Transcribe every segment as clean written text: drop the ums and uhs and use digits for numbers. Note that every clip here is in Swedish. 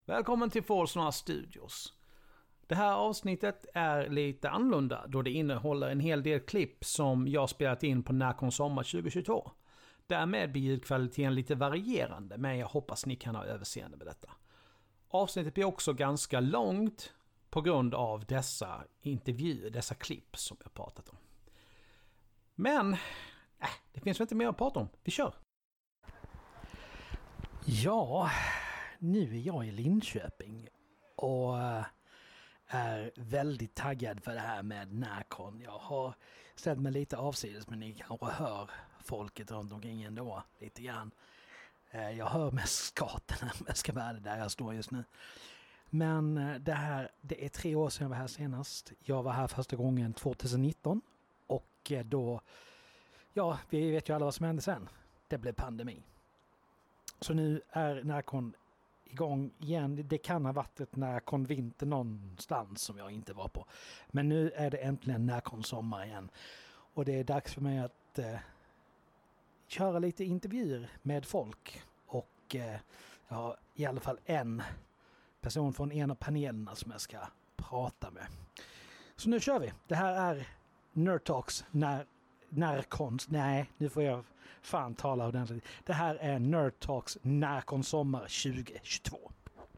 Välkommen till Forsnora Studios. Det här avsnittet är lite annorlunda då det innehåller en hel del klipp som jag spelat in på Närcon Sommar 2022. Därmed blir ljudkvaliteten lite varierande, men jag hoppas ni kan ha överseende med detta. Avsnittet blir också ganska långt på grund av dessa intervjuer, dessa klipp som jag pratat om. Men det finns väl inte mer att prata om. Vi kör! Ja, nu är jag i Linköping och är väldigt taggad för det här med Närcon. Jag har ställt mig lite avsides, men ni kanske hör folket runt omkring ändå lite grann. Jag hör mest skatorna, men jag ska vara där jag står just nu. Men det är 3 år sedan jag var här senast. Jag var här första gången 2019 och då, ja, vi vet ju alla vad som hände sen. Det blev pandemi. Så nu är Närcon igång igen. Det kan ha varit ett Närcon vinter någonstans som jag inte var på. Men nu är det äntligen Närcon sommar igen. Och det är dags för mig att köra lite intervjuer med folk. Och jag har i alla fall en person från en av panelerna som jag ska prata med. Så nu kör vi. Det här är Nerd Talks Närcon. Nej, nu får jag fan tala ordentligt. Det här är Nerd Talks Närcon sommar 2022.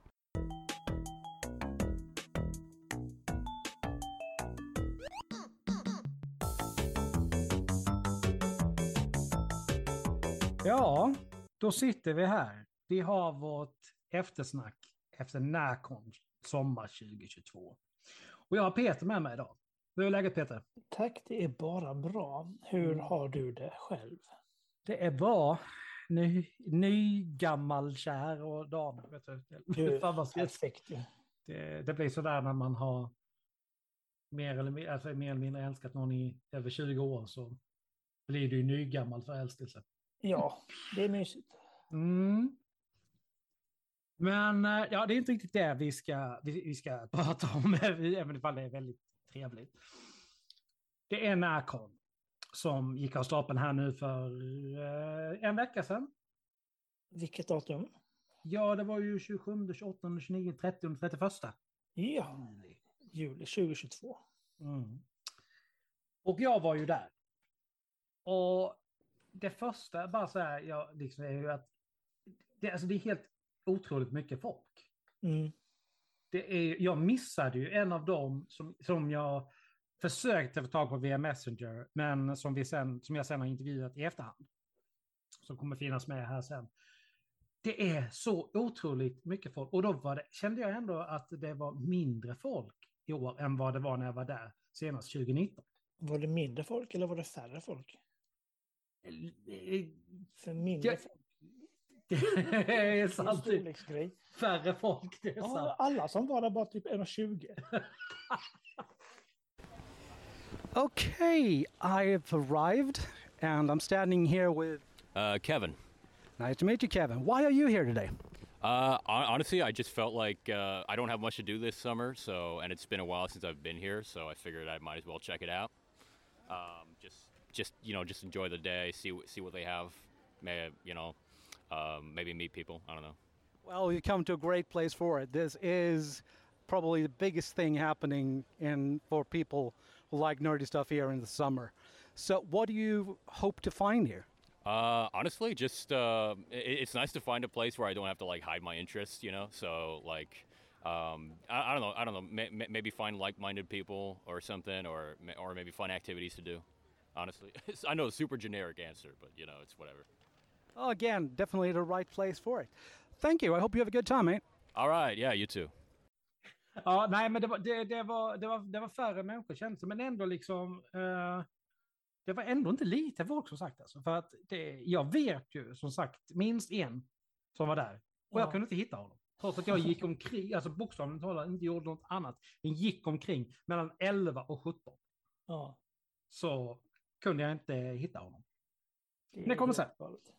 Ja, då sitter vi här. Vi har vårt eftersnack efter Närcon sommar 2022. Och jag har Peter med mig idag. Hur är läget, Peter? Tack, det är bara bra. Hur har du det själv? Det är bra. Ny gammal kär och dam. Vet du. Perfekt. Det blir sådär när man har mer eller mindre älskat någon i över 20 år, så blir det ju ny gammal förälskelse. Ja, det är mysigt. Mm. Men ja, det är inte riktigt det vi ska prata om, även ifall det är väldigt trevligt. Det är Närcon som gick av stapeln här nu för en vecka sedan. Vilket datum? Ja, det var ju 27, 28, 29, 30, 31. Ja, juli 2022. Mm. Och jag var ju där. Och det första, bara så här, är ju att det är helt otroligt mycket folk. Mm. Jag missade ju en av dem som jag försökte få tag på via Messenger, men som jag sen har intervjuat i efterhand. Som kommer finnas med här sen. Det är så otroligt mycket folk. Och då kände jag ändå att det var mindre folk i år än vad det var när jag var där senast 2019. Var det mindre folk eller var det färre folk? För mindre folk. Det är sant. Storleksgrej. Färre folk, det är sant. Ja, alla som var där bara typ 1,20. Okay, I've arrived and I'm standing here with Kevin. Nice to meet you, Kevin. Why are you here today? Honestly, I just felt like I don't have much to do this summer, and it's been a while since I've been here, so I figured I might as well check it out. Just enjoy the day, see what they have, maybe meet people. I don't know. Well, you come to a great place for it. This is probably the biggest thing happening for people who like nerdy stuff here in the summer. So what do you hope to find here? Honestly, just it's nice to find a place where I don't have to like hide my interests, you know. So like, I don't know, maybe find like-minded people or something, or maybe fun activities to do. Honestly, I know a super generic answer, but you know, it's whatever. Well, again, definitely the right place for it. Thank you. I hope you have a good time, mate. All right, yeah, you too. Ja, nej, men det var färre människor känns det, men ändå liksom det var ändå inte lite folk som sagt alltså, för att jag vet ju som sagt minst en som var där och jag kunde inte hitta honom. Trots att jag gick omkring, alltså bokstavligt talat inte gjorde något annat. Den gick omkring mellan 11 och 17. Ja. Så kunde jag inte hitta honom. Det kommer sen.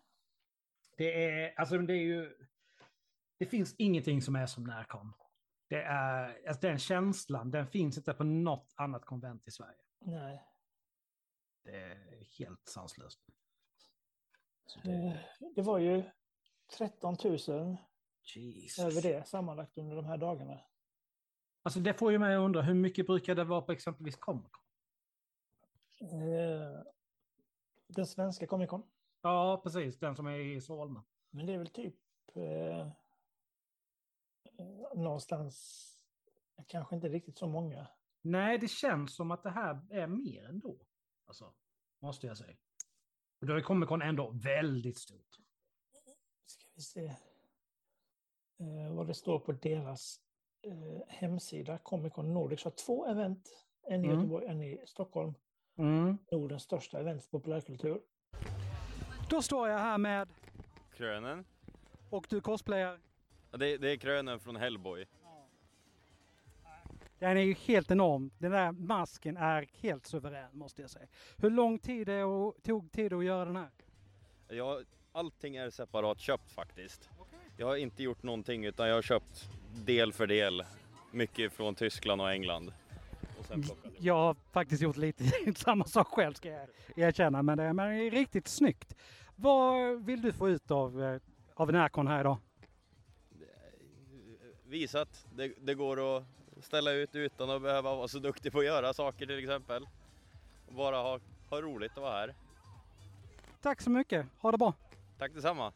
Det finns ingenting som är som Närcon. Den känslan, den finns inte på något annat konvent i Sverige. Nej. Det är helt sanslöst. Det var ju 13 000 Jesus. Över det sammanlagt under de här dagarna. Alltså det får ju mig att undra, hur mycket brukar det vara på exempelvis Comic Con? Den svenska Comic Con. Ja, precis. Den som är i Solna. Men det är väl typ någonstans, kanske inte riktigt så många. Nej, det känns som att det här är mer ändå. Alltså, måste jag säga. Och då är Comic Con ändå väldigt stort. Ska vi se vad det står på deras hemsida. Comic Con Nordics har 2 event. En i Göteborg, en i Stockholm. Nordens största event för populärkultur. Då står jag här med... Krönen. Och du cosplayar? Ja, det är Krönen från Hellboy. Den är ju helt enorm. Den där masken är helt suverän, måste jag säga. Hur lång tid tog tid att göra den här? Allting är separat köpt faktiskt. Jag har inte gjort någonting, utan jag har köpt del för del. Mycket från Tyskland och England. Och sen jag har faktiskt gjort lite samma sak själv, ska jag erkänna. Men det är riktigt snyggt. Vad vill du få ut av Närcon här idag? Visat. Det går att ställa ut utan att behöva vara så duktig på att göra saker till exempel. Bara ha roligt att vara här. Tack så mycket. Ha det bra. Tack detsamma.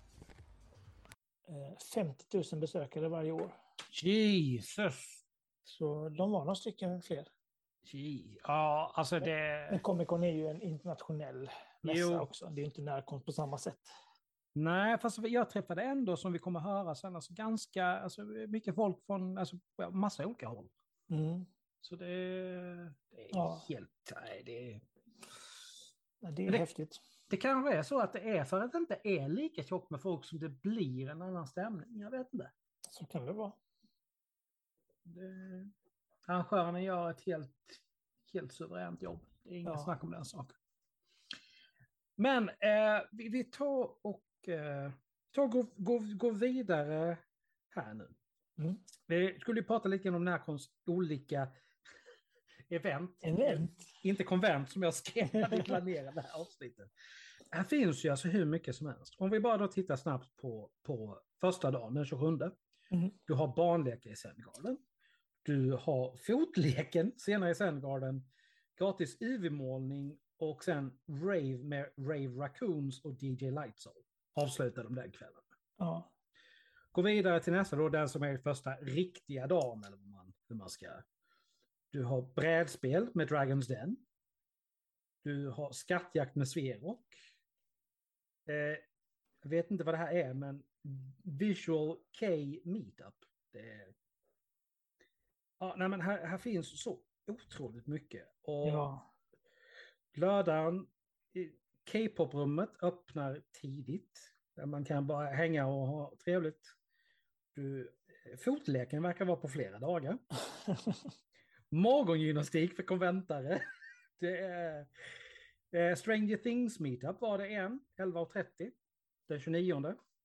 50 000 besökare varje år. Jesus! Så de var några stycken fler. Ja, alltså det... Men Comic Con är ju en internationell mässa också. Det är inte Närcon på samma sätt. Nej, fast jag träffade ändå, som vi kommer höra sen, alltså ganska mycket folk från massa olika håll. Så det är helt... Nej, det är häftigt. Det kanske är så att det är för att det inte är lika tjockt med folk som det blir en annan stämning. Jag vet inte. Så kan det vara. Arrangörerna gör ett helt suveränt jobb. Det är inget snack om den saken. Men vi tar och går vidare här nu. Vi skulle ju prata lite om Närcons olika event. Inte konvent som jag skrev när vi planerade det här avsnittet. Här finns ju alltså hur mycket som helst. Om vi bara då tittar snabbt på första dagen, den 27. Du har barnlekar i Sandgarden. Du har fotleken senare i Sandgarden. Gratis UV-målning och sen rave med Rave Raccoons och DJ Lightsoul. Avslutar de den kvällen. Ja. Gå vidare till nästa då, den som är första riktiga dagen, eller hur man ska... Du har brädspel med Dragon's Den. Du har skattjakt med Sverok. Jag vet inte vad det här är, men Visual K Meetup. Men här finns så otroligt mycket. Och lördagen, K-pop-rummet öppnar tidigt. Där man kan bara hänga och ha trevligt. Fotleken verkar vara på flera dagar. Morgongymnastik för konventare. Det är Stranger Things Meetup var det 11.30 den 29.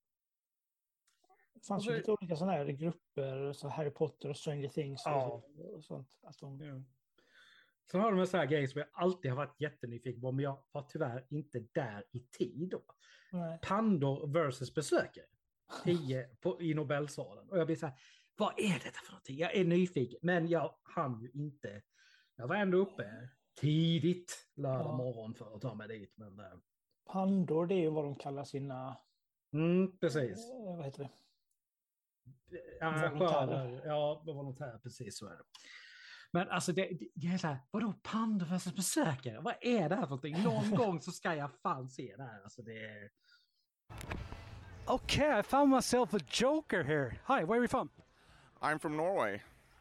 Det fanns ju lite olika sådana här grupper, så Harry Potter och Stranger Things och sånt. Så har de en sån här grej som jag alltid har varit jättenyfiken på, men jag var tyvärr inte där i tid då. Nej. Pandor versus besökare. 10 i Nobelsalen. Och jag blir så här, vad är detta för någonting? Jag är nyfiken, men jag hann ju inte. Jag var ändå uppe tidigt lördag morgon för att ta mig dit. Men, Pandor, det är ju vad de kallar sina... precis. Vad heter det? Volontärer, precis så är det. Men alltså det är så här, vadå pandor versus besökare? Vad är det här för någonting? Någon gång så ska jag fan se det här. Alltså det är... Okay, I found myself a Joker here. Hi, where are you from? I'm from Norway.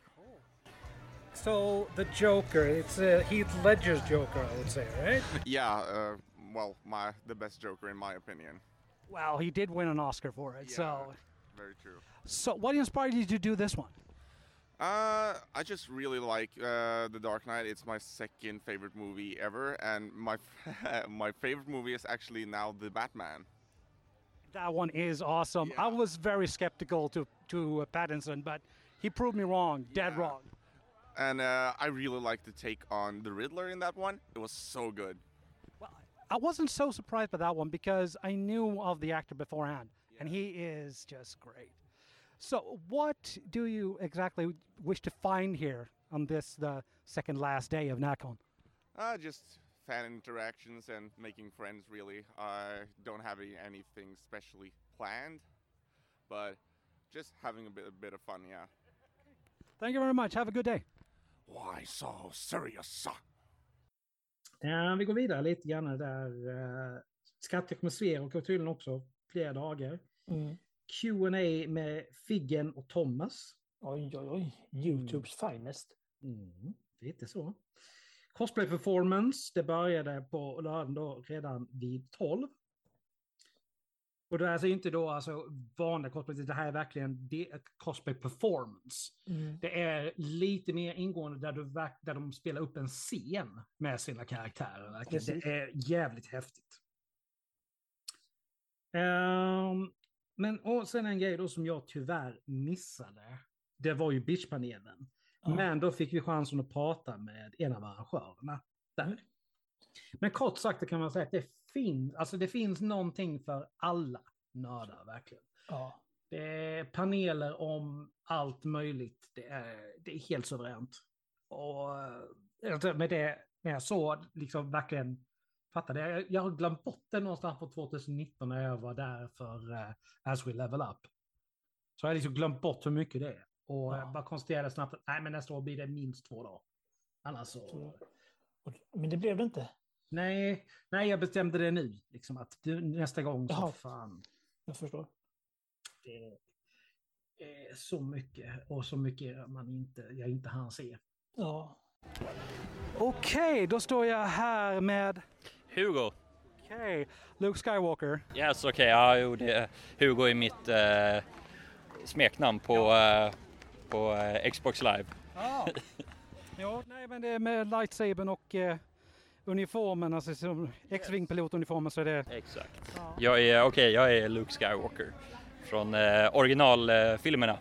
So the Joker, it's Heath Ledger's Joker, I would say, right? Yeah, the best Joker in my opinion. Well, he did win an Oscar for it, so... Very true. So what inspired you to do this one? I just really like The Dark Knight. It's my second favorite movie ever, and my favorite movie is actually now The Batman. That one is awesome. Yeah. I was very skeptical to Pattinson, but he proved me wrong, dead wrong. And I really like the take on the Riddler in that one. It was so good. Well, I wasn't so surprised by that one because I knew of the actor beforehand, and he is just great. So what do you exactly wish to find here on this, the second last day of NACON? Just fan interactions and making friends, really. I don't have anything specially planned, but just having a bit of fun, yeah. Thank you very much. Have a good day. Why so serious? Vi går vidare lite grann där. Skatte kommer Sver och tydligen också flera dagar. Q&A med Figgen och Thomas. Oj, oj, oj. YouTubes finest. Lite så. Cosplay performance, det började på lördagen då redan vid 12. Och det är alltså inte då alltså vanliga cosplay, det här är verkligen cosplay performance. Det är lite mer ingående där de spelar upp en scen med sina karaktärer. Det är jävligt häftigt. Men och sen en grej då som jag tyvärr missade, det var ju bitchpanelen. Men då fick vi chansen att prata med en av arrangörerna där. Men kort sagt kan man säga att det finns någonting för alla nördar verkligen. Ja. Det är paneler om allt möjligt. Det är helt suveränt. Och med det, när jag så liksom verkligen fattade, jag har glömt bort det någonstans på 2019 när jag var där för As We Level Up. Så jag har liksom glömt bort hur mycket det är. Och bara konstaterade snabbt att nej, men nästa år blir det minst 2 dagar. Annars så... Men det blev det inte. Nej, jag bestämde det nu. Liksom att nästa gång så fan. Jag förstår. Det är så mycket och så mycket jag inte hann se. Ja. Okej, då står jag här med Hugo. Okej, Luke Skywalker. Yes, okej. Ja, jo, Hugo är mitt smeknamn på Xbox Live. Ja, nej, men det är med lightsabern och uniformen, alltså som X-Wing pilotuniformen, så är det... Exakt. Ja. Jag är Luke Skywalker från originalfilmerna.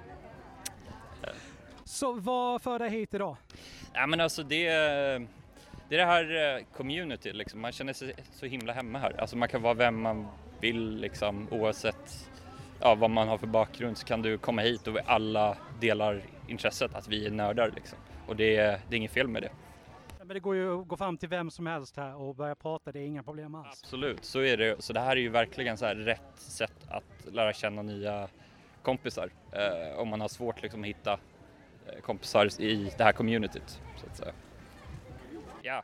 Så vad för dig hit idag? Ja, men alltså det är det här community liksom. Man känner sig så himla hemma här. Alltså man kan vara vem man vill liksom, oavsett vad man har för bakgrund, så kan du komma hit och alla delar intresset att vi är nördar liksom. Och det är inget fel med det. Men det går ju att gå fram till vem som helst här och börja prata, det är inga problem alls. Absolut, så är det. Så det här är ju verkligen så här rätt sätt att lära känna nya kompisar. Om man har svårt liksom att hitta kompisar i det här communityt, så att säga. Ja.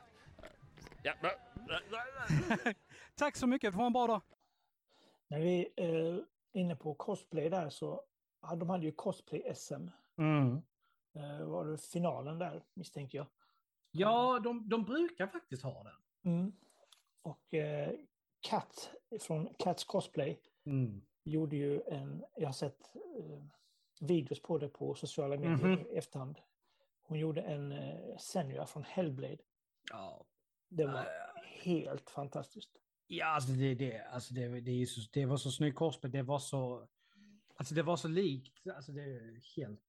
Tack så mycket, får en bra dag. När vi är inne på cosplay där så de hade ju cosplay-SM. Var det finalen där, misstänker jag? Ja, de brukar faktiskt ha den. Och Kat från Cats Cosplay gjorde ju jag har sett videos på det på sociala medier i efterhand. Hon gjorde en Senua från Hellblade. Ja. Det var helt fantastiskt. Ja, alltså det var så snygg cosplay. Det var så likt. Alltså det är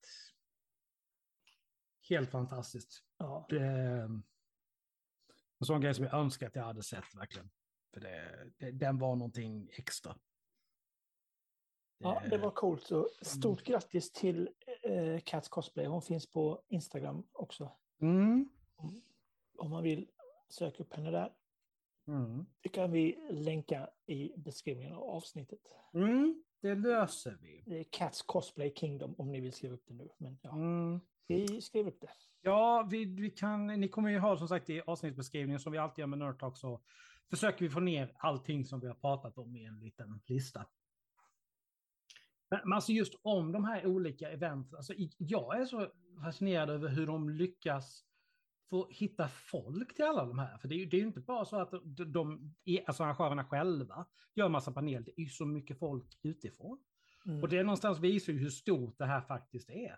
helt fantastiskt. Ja. En sån grej som jag önskar att jag hade sett verkligen. För den var någonting extra. Ja, det var coolt. Så stort grattis till Cats Cosplay. Hon finns på Instagram också. Om man vill söka upp henne där. Det kan vi länka i beskrivningen av avsnittet. Det löser vi. Det är Cats Cosplay Kingdom om ni vill skriva upp det nu. Men ja, vi skriver upp det. Ja, vi kan, ni kommer ju ha som sagt i avsnittsbeskrivningen som vi alltid gör med Nerd Talk, så försöker vi få ner allting som vi har pratat om i en liten lista. Men alltså just om de här olika eventen, alltså jag är så fascinerad över hur de lyckas få hitta folk till alla de här. För det är ju inte bara så att alltså arrangörerna själva gör en massa paneler, det är ju så mycket folk utifrån. Och det är någonstans visar ju hur stort det här faktiskt är.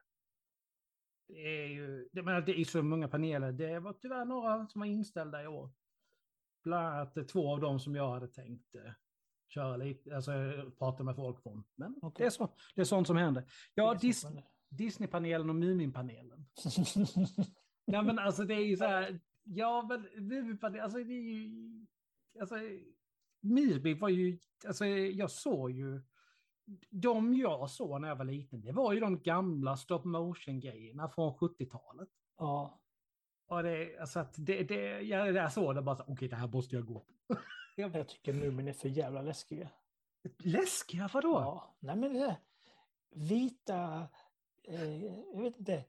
Det är så många paneler. Det var tyvärr några som var inställda i år. Bland annat 2 av dem som jag hade tänkt köra lite, alltså prata med folk från. Men det är sånt som händer. Ja, Disney-panelen och Mumin-panelen. Nej, men alltså det är ju så här, ja, men Mumin-panelen, alltså det är ju, alltså Mirby var ju, alltså jag såg ju de jag såg när jag var liten, det var ju de gamla stop motion-grejerna från 70-talet. Ja. Och alltså att jag såg det bara så, okej, det här måste jag gå på. Jag tycker Mumin är för jävla läskiga. Läskiga, vadå? Ja, nej men det där vita, jag vet inte,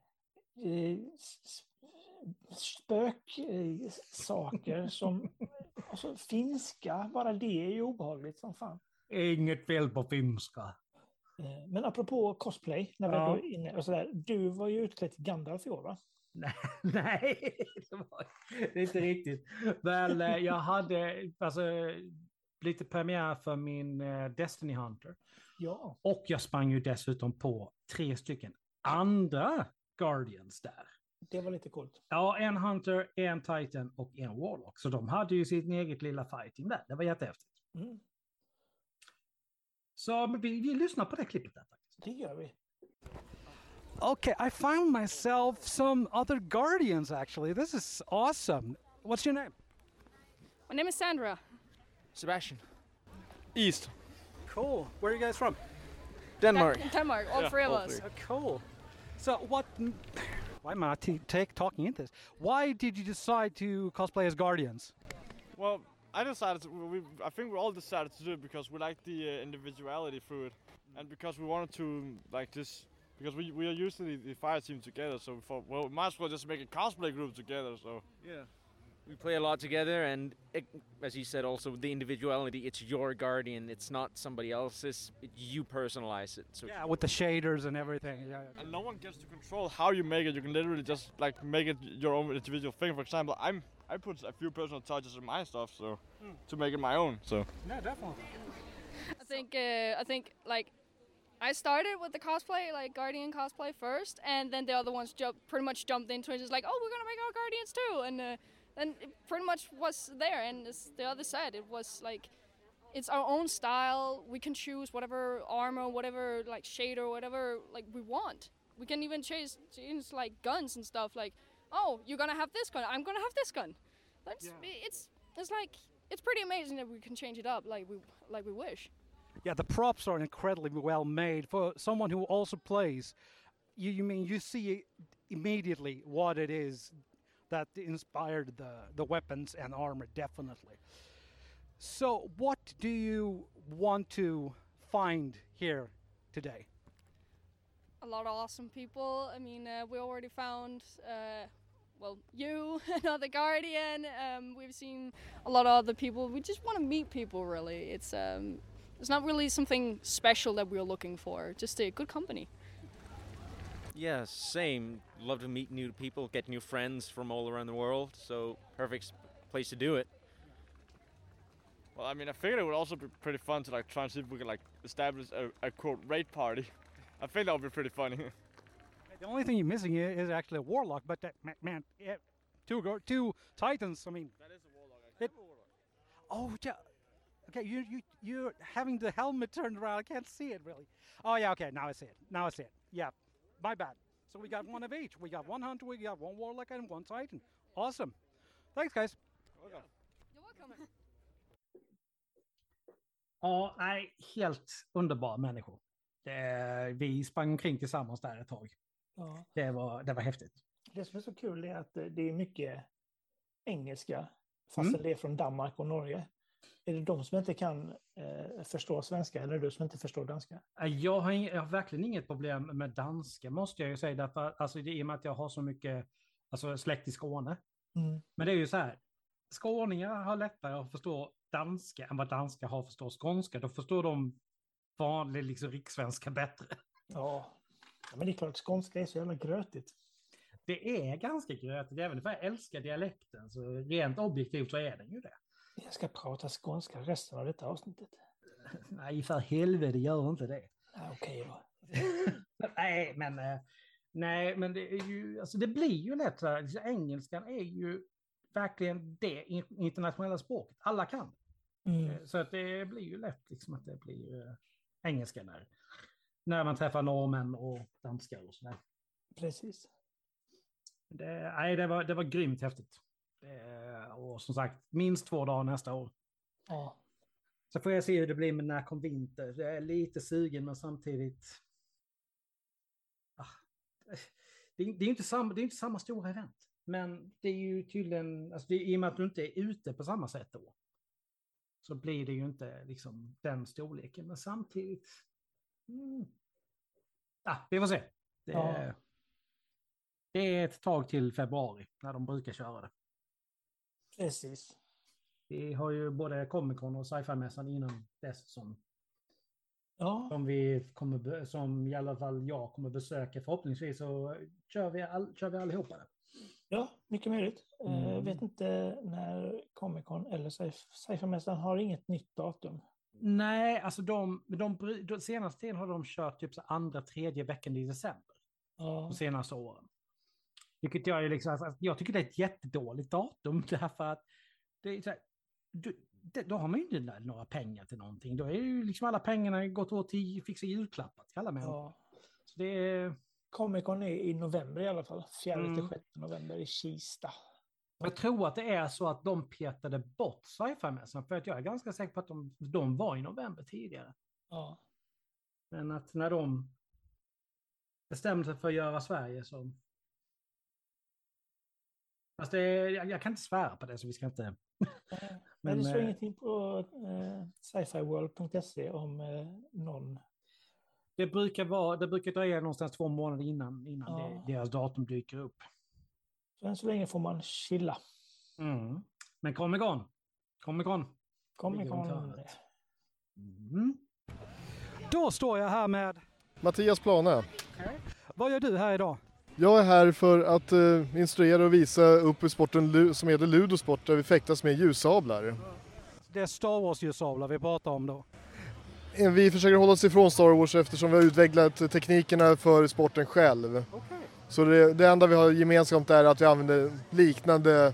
spöksaker som, alltså finska, bara det är ju obehagligt som fan. Inget fel på finska. Men apropå cosplay, när vi är inne och sådär, du var ju utklädd till Gandalf i år, va? Nej, det är inte riktigt. Men jag hade alltså lite premiär för min Destiny Hunter. Ja. Och jag sprang ju dessutom på 3 stycken andra Guardians där. Det var lite coolt. Ja, en Hunter, en Titan och en Warlock. Så de hade ju sitt eget lilla fighting där. Det var jättehäftigt. Mm. Så vi lyssnar på det klippet där faktiskt. Det gör vi. Okay, I found myself some other Guardians actually. This is awesome. What's your name? My name is Sandra. Sebastian. East. Cool. Where are you guys from? Denmark. Denmark, all three of all us. three. Cool. So why am I talking into this? Why did you decide to cosplay as Guardians? Well, I think we all decided to do it because we like the individuality through it, and because we wanted to like this. Because we are usually the fire team together, so we thought, well, we might as well just make a cosplay group together. So yeah, we play a lot together, and as you said, also the individuality. It's your Guardian. It's not somebody else's. You personalize it. So Yeah, with the shaders and everything. Yeah. And no one gets to control how you make it. You can literally just like make it your own individual thing. For example, I put a few personal touches in my stuff, so to make it my own. So yeah, definitely. I think like. I started with the cosplay, like Guardian cosplay first, and then the other ones pretty much jumped into it. Just like, oh, we're gonna make our Guardians too, and then it pretty much was there. And as the other said, it was like, it's our own style. We can choose whatever armor, whatever like shader, whatever like we want. We can even change like guns and stuff. Like, oh, you're gonna have this gun. I'm gonna have this gun. It's like it's pretty amazing that we can change it up like we wish. Yeah, the props are incredibly well made for someone who also plays. You see immediately what it is that inspired the weapons and armor, definitely. So, what do you want to find here today? A lot of awesome people. I mean, we already found. Well, you, another Guardian. We've seen a lot of other people. We just want to meet people. Really, it's not really something special that we're looking for. Just a good company. yeah, same. Love to meet new people, get new friends from all around the world. So perfect place to do it. Well, I mean, I figured it would also be pretty fun to like try and see if we could like establish a quote raid party. I think that would be pretty funny. The only thing you're missing is actually a Warlock, but man, yeah, two Titans. I mean, That is a Warlock. I have a Warlock. Oh, yeah. Okay, you're having the helmet turned around. I can't see it really. Oh yeah, okay, now I see it. Yeah, my bad. So we got one of each. We got one Hunter, we got one Warlock, and one Titan. Awesome. Thanks, guys. Okay. You're welcome. Ja, nej, helt underbara människor. Vi sprang omkring tillsammans där ett tag. Ja. Det var häftigt. Det som är så kul är att det är mycket engelska, fast det är från Danmark och Norge. Är det de som inte kan förstå svenska, eller är det du som inte förstår danska? Jag har verkligen inget problem med danska, måste jag ju säga. Därför, alltså, det är i och med att jag har så mycket släkt i Skåne. Mm. Men det är ju så här, skåningar har lättare att förstå danska än vad danska har att förstå skånska. Då förstår de vanlig rikssvenska bättre. Ja, men det är klart, skånska är så jävla grötigt. Det är ganska grötigt, även för jag älskar dialekten. Så rent objektivt så är den ju det. Jag ska prata skånska resten av detta avsnittet. Nej, för helvete, gör inte det. Ja, okej då. Nej, men det är ju, alltså det blir ju lätt så här. Engelskan är ju verkligen det internationella språket. Alla kan. Så att det blir ju lätt att det blir engelska när man träffar norrmän och danskar och sådär. Precis. Det var grymt häftigt. Och som sagt, minst 2 dagar nästa år. Ja. Så får jag se hur det blir med Nacon Vinter. Jag är lite sugen men samtidigt... Det är inte samma stora event. Men det är ju tydligen... Alltså i och med att du inte är ute på samma sätt då. Så blir det ju inte liksom den storleken. Men samtidigt... vi får se. Det är ett tag till februari när de brukar köra det. Precis. Vi har ju både Comic Con och Sci-Fi-mässan innan dess som som i alla fall jag kommer besöka. Förhoppningsvis så kör vi allihopa det. Ja, mycket möjligt. Vet inte när Comic Con eller Sci-Fi-mässan har inget nytt datum. Nej, alltså de senaste tiden har de kört typ så andra, tredje veckan i december. De senaste åren. Vilket jag är liksom, alltså, jag tycker det är ett jättedåligt datum därför att det är så här, då har man ju inte några pengar till någonting. Då är ju liksom alla pengarna gått åt till fixa julklappar till alla människor. Så det är... Comic Con är i november i alla fall. 4-6 november i Kista. Jag tror att det är så att de petade bort Sci-Fi-mässan för att jag är ganska säker på att de var i november tidigare. Ja. Men att när de bestämde sig för att göra Sverige så... Fast jag kan inte svära på det så vi ska inte... Men det står ingenting på scifiworld.se om någon... Det brukar dröja någonstans 2 månader innan deras datum dyker upp. Så än så länge får man chilla. Men Comic Con. Då står jag här med Mattias Plane. Vad gör du här idag? Jag är här för att instruera och visa upp sporten som heter Ludosport där vi fäktas med ljussablar. Det är Star Wars-ljussablar vi pratar om då. Vi försöker hålla oss ifrån Star Wars eftersom vi har utvecklat teknikerna för sporten själv. Okay. Så det enda vi har gemensamt är att vi använder liknande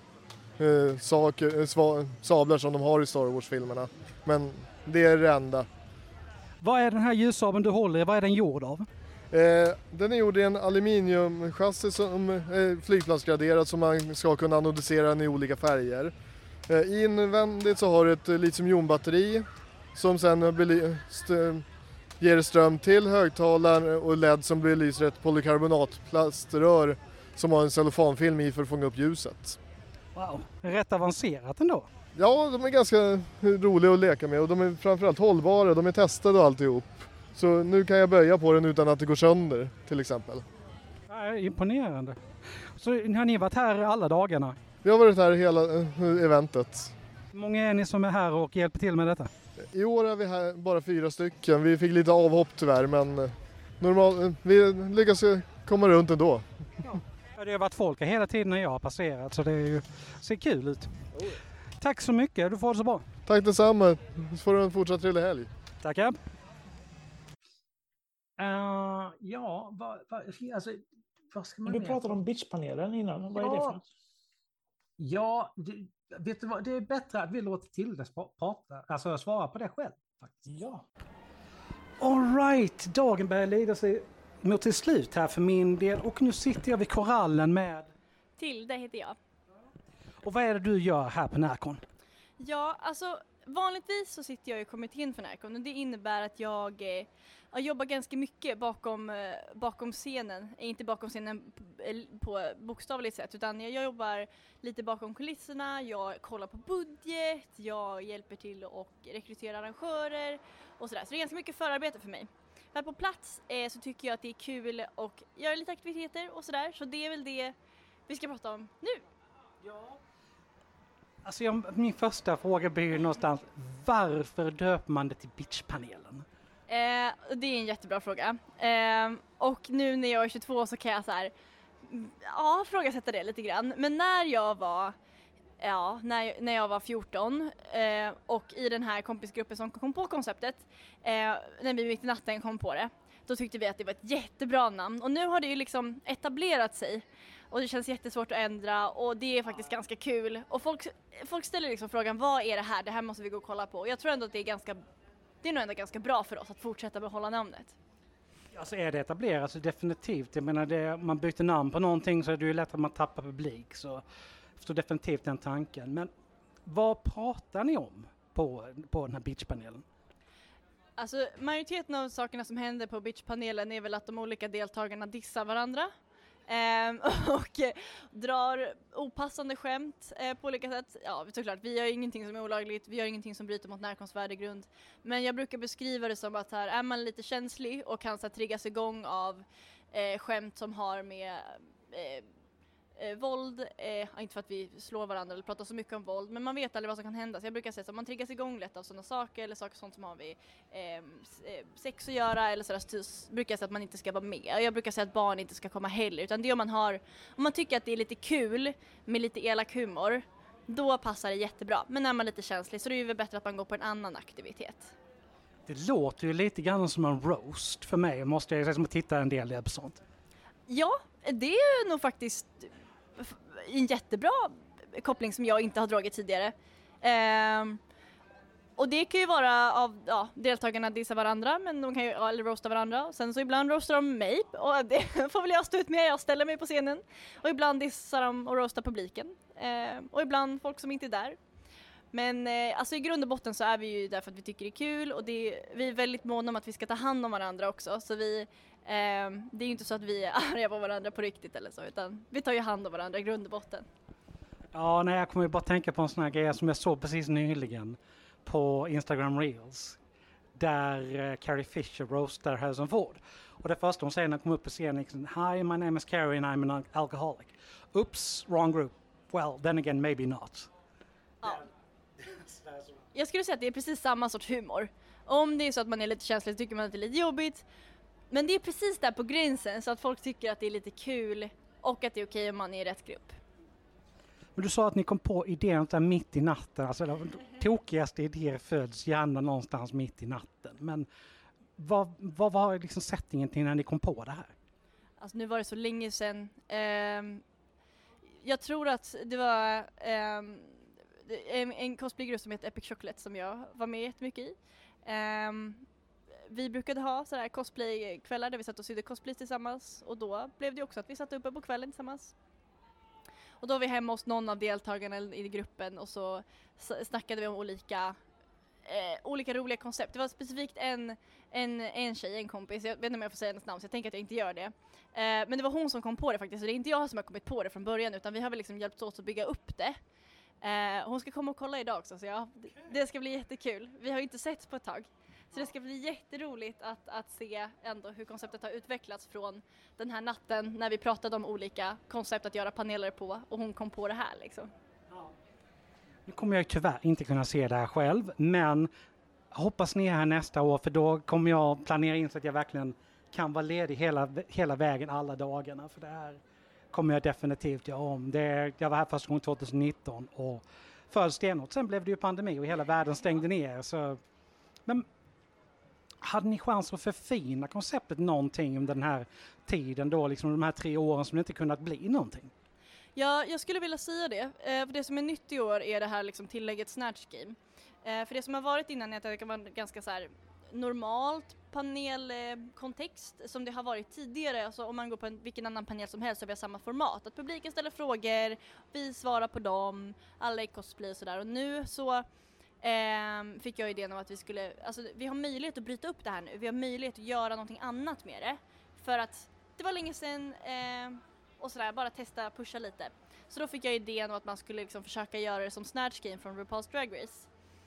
sablar som de har i Star Wars-filmerna. Men det är det enda. Vad är den här ljussabeln du håller i? Vad är den gjord av? Den är gjord i en aluminiumchassi som är flygplansgraderad så man ska kunna anodisera den i olika färger. Invändigt så har du ett litiumjonbatteri som sen ger ström till högtalaren och LED som belyser ett polykarbonatplaströr som har en cellofanfilm i för att fånga upp ljuset. Wow, rätt avancerat ändå. Ja, de är ganska roliga att leka med och de är framförallt hållbara, de är testade och alltihop. Så nu kan jag böja på den utan att det går sönder, till exempel. Ja, imponerande. Så har ni varit här alla dagarna? Vi har varit här hela eventet. Hur många är ni som är här och hjälper till med detta? I år är vi här bara 4 stycken. Vi fick lite avhopp tyvärr, men vi lyckas komma runt ändå. Ja, det har varit folk hela tiden när jag har passerat, så det ser kul ut. Tack så mycket, du får det så bra. Tack detsamma, så får du en fortsatt trevlig helg. Tackar. Vad ska man du pratade om bitchpanelen innan, vad är det för något? Ja, vet du vad, det är bättre att vi låter Tilde svara på det själv. Faktiskt. Ja. All right, dagen börjar lida sig mot till slut här för min del och nu sitter jag vid korallen med... Tilde heter jag. Och vad är det du gör här på Nacon? Ja, alltså vanligtvis så sitter jag i kommittén för Nacon och det innebär att jag jobbar ganska mycket bakom scenen. Inte bakom scenen på bokstavligt sätt utan jag jobbar lite bakom kulisserna, jag kollar på budget, jag hjälper till och rekrytera arrangörer och sådär. Så det är ganska mycket förarbete för mig. Här på plats så tycker jag att det är kul och göra lite aktiviteter och sådär. Så det är väl det vi ska prata om nu. Ja. Alltså min första fråga blir någonstans, varför döper man det till bitchpanelen? Det är en jättebra fråga. Och nu när jag är 22 så kan jag så här, frågasätta det lite grann. Men när jag var 14 och i den här kompisgruppen som kom på konceptet, när vi mitt i natten kom på det, då tyckte vi att det var ett jättebra namn. Och nu har det ju liksom etablerat sig. Och det känns jättesvårt att ändra och det är faktiskt ganska kul. Och folk ställer liksom frågan, vad är det här? Det här måste vi gå och kolla på. Och jag tror ändå att det är nog ändå ganska bra för oss att fortsätta behålla namnet. Alltså är det etablerat så definitivt. Jag menar, man byter namn på någonting så är det ju lätt att man tappar publik. Så jag förstår definitivt den tanken. Men vad pratar ni om på den här bitchpanelen? Alltså majoriteten av sakerna som händer på bitchpanelen är väl att de olika deltagarna dissar varandra. Och drar opassande skämt på olika sätt. Ja, såklart, vi gör ingenting som är olagligt, vi gör ingenting som bryter mot Närcons värdegrund. Men jag brukar beskriva det som att här är man lite känslig och kan så här, triggas igång av skämt som har med våld, inte för att vi slår varandra eller pratar så mycket om våld, men man vet aldrig vad som kan hända. Så jag brukar säga att man triggas igång lätt av sådana saker eller saker sånt som har med sex att göra eller sådär, så brukar jag säga att man inte ska vara med. Jag brukar säga att barn inte ska komma heller, utan det är om man tycker att det är lite kul med lite elak humor, då passar det jättebra. Men när man är lite känslig så är det ju bättre att man går på en annan aktivitet. Det låter ju lite grann som en roast för mig, måste jag säga, som att titta en del på sånt. Ja, Det är nog faktiskt en jättebra koppling som jag inte har dragit tidigare. Och det kan ju vara av deltagarna dissar varandra, men de kan ju eller roasta varandra. Och sen så ibland roastar de mig och det får väl jag stå ut med. Jag ställer mig på scenen. Och ibland dissar de och roastar publiken. Och ibland folk som inte är där. Men alltså i grund och botten så är vi ju där för att vi tycker det är kul. Och vi är väldigt måna om att vi ska ta hand om varandra också. Så det är ju inte så att vi är arga på varandra på riktigt eller så. Utan vi tar ju hand om varandra i grund och botten. Ja, nej, jag kommer ju bara tänka på en sån här grej som jag såg precis nyligen på Instagram Reels. Där Carrie Fisher roastar Harrison Ford. Och det första hon säger när hon kommer upp på scenen är Hi, my name is Carrie and I'm an alcoholic. Oops, wrong group. Well, then again, maybe not. Ja. Jag skulle säga att det är precis samma sorts humor. Om det är så att man är lite känslig så tycker man att det är lite jobbigt. Men det är precis där på gränsen så att folk tycker att det är lite kul och att det är okej om man är i rätt grupp. Men du sa att ni kom på idén där mitt i natten. Alltså de tokigaste idéer föds gärna någonstans mitt i natten. Men vad var liksom settingen till när ni kom på det här? Alltså nu var det så länge sedan. Jag tror att det var en cosplaygrupp som heter Epic Chocolate som jag var med jättemycket i. Vi brukade ha sådär cosplaykvällar där vi satt och sydde cosplay tillsammans. Och då blev det också att vi satt uppe på kvällen tillsammans. Och då var vi hemma hos någon av deltagarna i gruppen och så snackade vi om olika roliga koncept. Det var specifikt en tjej, en kompis, jag vet inte om jag får säga hennes namn så jag tänker att jag inte gör det. Men det var hon som kom på det faktiskt, så det är inte jag som har kommit på det från början utan vi har väl liksom hjälpt åt att bygga upp det. Hon ska komma och kolla idag också så ja, det ska bli jättekul. Vi har ju inte sett på ett tag. Så det ska bli jätteroligt att se ändå hur konceptet har utvecklats från den här natten när vi pratade om olika koncept att göra paneler på och hon kom på det här liksom. Nu kommer jag tyvärr inte kunna se det här själv, men hoppas ni är här nästa år för då kommer jag planera in så att jag verkligen kan vara ledig hela vägen alla dagarna för det här kommer jag definitivt göra om. Jag var här första gången 2019 och föll stenhårt. Sen blev det ju pandemi och hela världen stängde ner. Så. Men hade ni chans att förfina konceptet någonting under den här tiden då, liksom de här 3 åren som det inte kunnat bli någonting? Ja, jag skulle vilja säga det. För det som är nytt i år är det här liksom tillägget Snatch Game. För det som har varit innan är att det kan vara ganska så här normalt panelkontext som det har varit tidigare. Alltså om man går på vilken annan panel som helst så har vi samma format. Att publiken ställer frågor, vi svarar på dem, alla är cosplay och sådär. Och nu så fick jag idén om att vi har möjlighet att bryta upp det här nu. Vi har möjlighet att göra någonting annat med det. För att det var länge sedan och sådär, bara testa, pusha lite. Så då fick jag idén om att man skulle liksom försöka göra det som Snatch Game från RuPaul's Drag Race.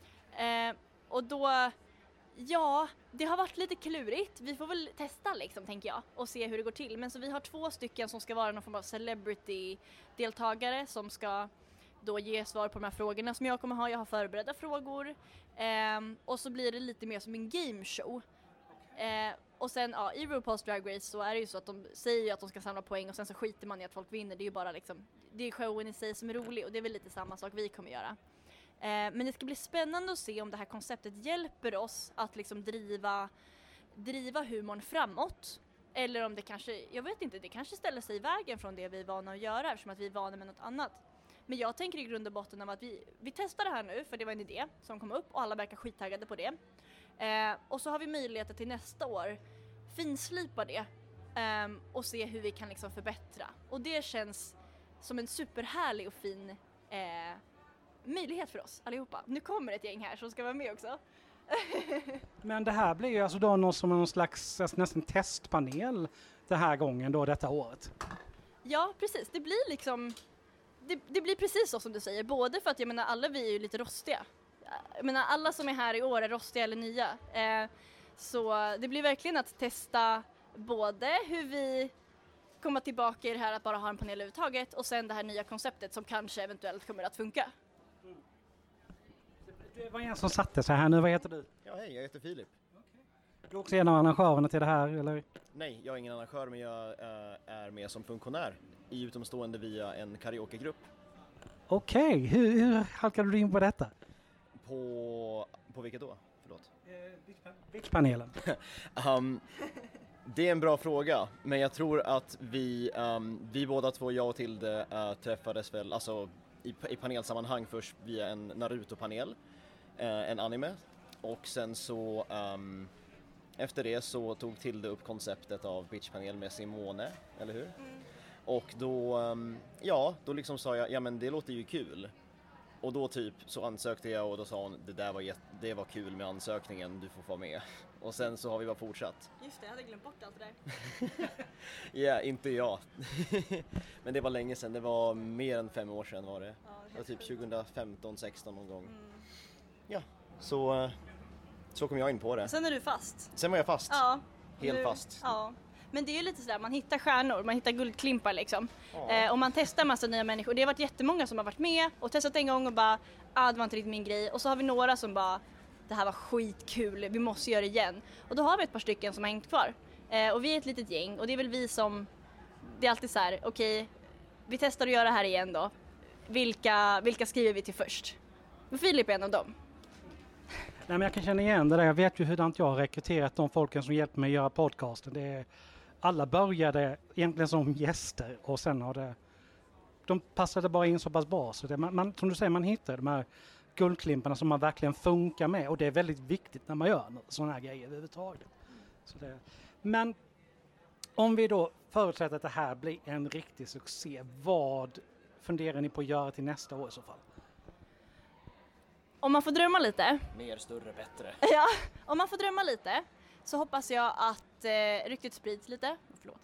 Och då, ja, det har varit lite klurigt. Vi får väl testa liksom, tänker jag, och se hur det går till. Men så vi har 2 stycken som ska vara någon form av celebrity-deltagare som ska då ge svar på de här frågorna som jag kommer ha. Jag har förberedda frågor. Och så blir det lite mer som en gameshow. Och sen i RuPaul's Drag Race så är det ju så att de säger att de ska samla poäng och sen så skiter man i att folk vinner. Det är ju bara liksom, det är showen i sig som är rolig och det är väl lite samma sak vi kommer göra. Men det ska bli spännande att se om det här konceptet hjälper oss att liksom driva humorn framåt. Eller om det kanske, jag vet inte, det kanske ställer sig i vägen från det vi är vana att göra eftersom att vi är vana med något annat. Men jag tänker i grund och botten om att vi testar det här nu för det var en idé som kom upp och alla verkar skittaggade på det. Och så har vi möjligheter till nästa år finslipa det och se hur vi kan liksom förbättra. Och det känns som en superhärlig och fin möjlighet för oss allihopa. Nu kommer ett gäng här som ska vara med också. Men det här blir ju alltså då någon slags nästan testpanel den här gången då, detta året. Ja, precis. Det blir liksom... Det blir precis så som du säger. Både för att jag menar, alla vi är ju lite rostiga. Jag menar, alla som är här i år är rostiga eller nya. Så det blir verkligen att testa både hur vi kommer tillbaka i det här att bara ha en panel överhuvudtaget och sen det här nya konceptet som kanske eventuellt kommer att funka. Det var en som satte sig här nu. Vad heter du? Ja, hej, jag heter Filip. Du är också en av arrangörerna till det här, eller? Nej, jag är ingen arrangör, men jag är med som funktionär i utomstående via en karaokegrupp. Okej, hur halkade du in på detta? På vilket då? Förlåt. Bitchpanelen. Det är en bra fråga, men jag tror att vi båda två, jag och Tilde, träffades väl alltså i panelsammanhang först via en Naruto-panel, en anime, och sen så efter det så tog Tilde upp konceptet av bitchpanel med Simone, eller hur? Och då, då liksom sa jag, ja men det låter ju kul. Och då typ så ansökte jag och då sa hon, det var kul med ansökningen, du får vara med. Och sen så har vi bara fortsatt. Just det, jag hade glömt bort allt det där. Ja, inte jag. Men det var länge sedan, det var mer än 5 år sedan var det. Ja, det var typ 2015-16 någon gång. Ja, så kom jag in på det. Sen är du fast. Sen var jag fast. Ja. Helt fast. Ja. Men det är ju lite sådär, man hittar stjärnor, man hittar guldklimpar liksom. Och man testar massa nya människor. Det har varit jättemånga som har varit med och testat en gång och bara, det var inte riktigt min grej. Och så har vi några som bara, det här var skitkul, vi måste göra det igen. Och då har vi ett par stycken som har hängt kvar. Och vi är ett litet gäng och det är väl vi som, det är alltid så här: okej, vi testar att göra det här igen då. Vilka skriver vi till först? Och Filip är en av dem. Nej, men jag kan känna igen det där. Jag vet ju hurdant jag har rekryterat de folken som hjälper mig att göra podcasten. Alla började egentligen som gäster och sen de passade bara in så pass bra. Så som du säger, man hittar de här guldklimparna som man verkligen funkar med, och det är väldigt viktigt när man gör sådana här grejer överhuvudtaget. Men om vi då förutsätter att det här blir en riktig succé, vad funderar ni på att göra till nästa år i så fall? Om man får drömma lite. Mer, större, bättre. Ja, om man får drömma lite så hoppas jag att ryktet sprids lite.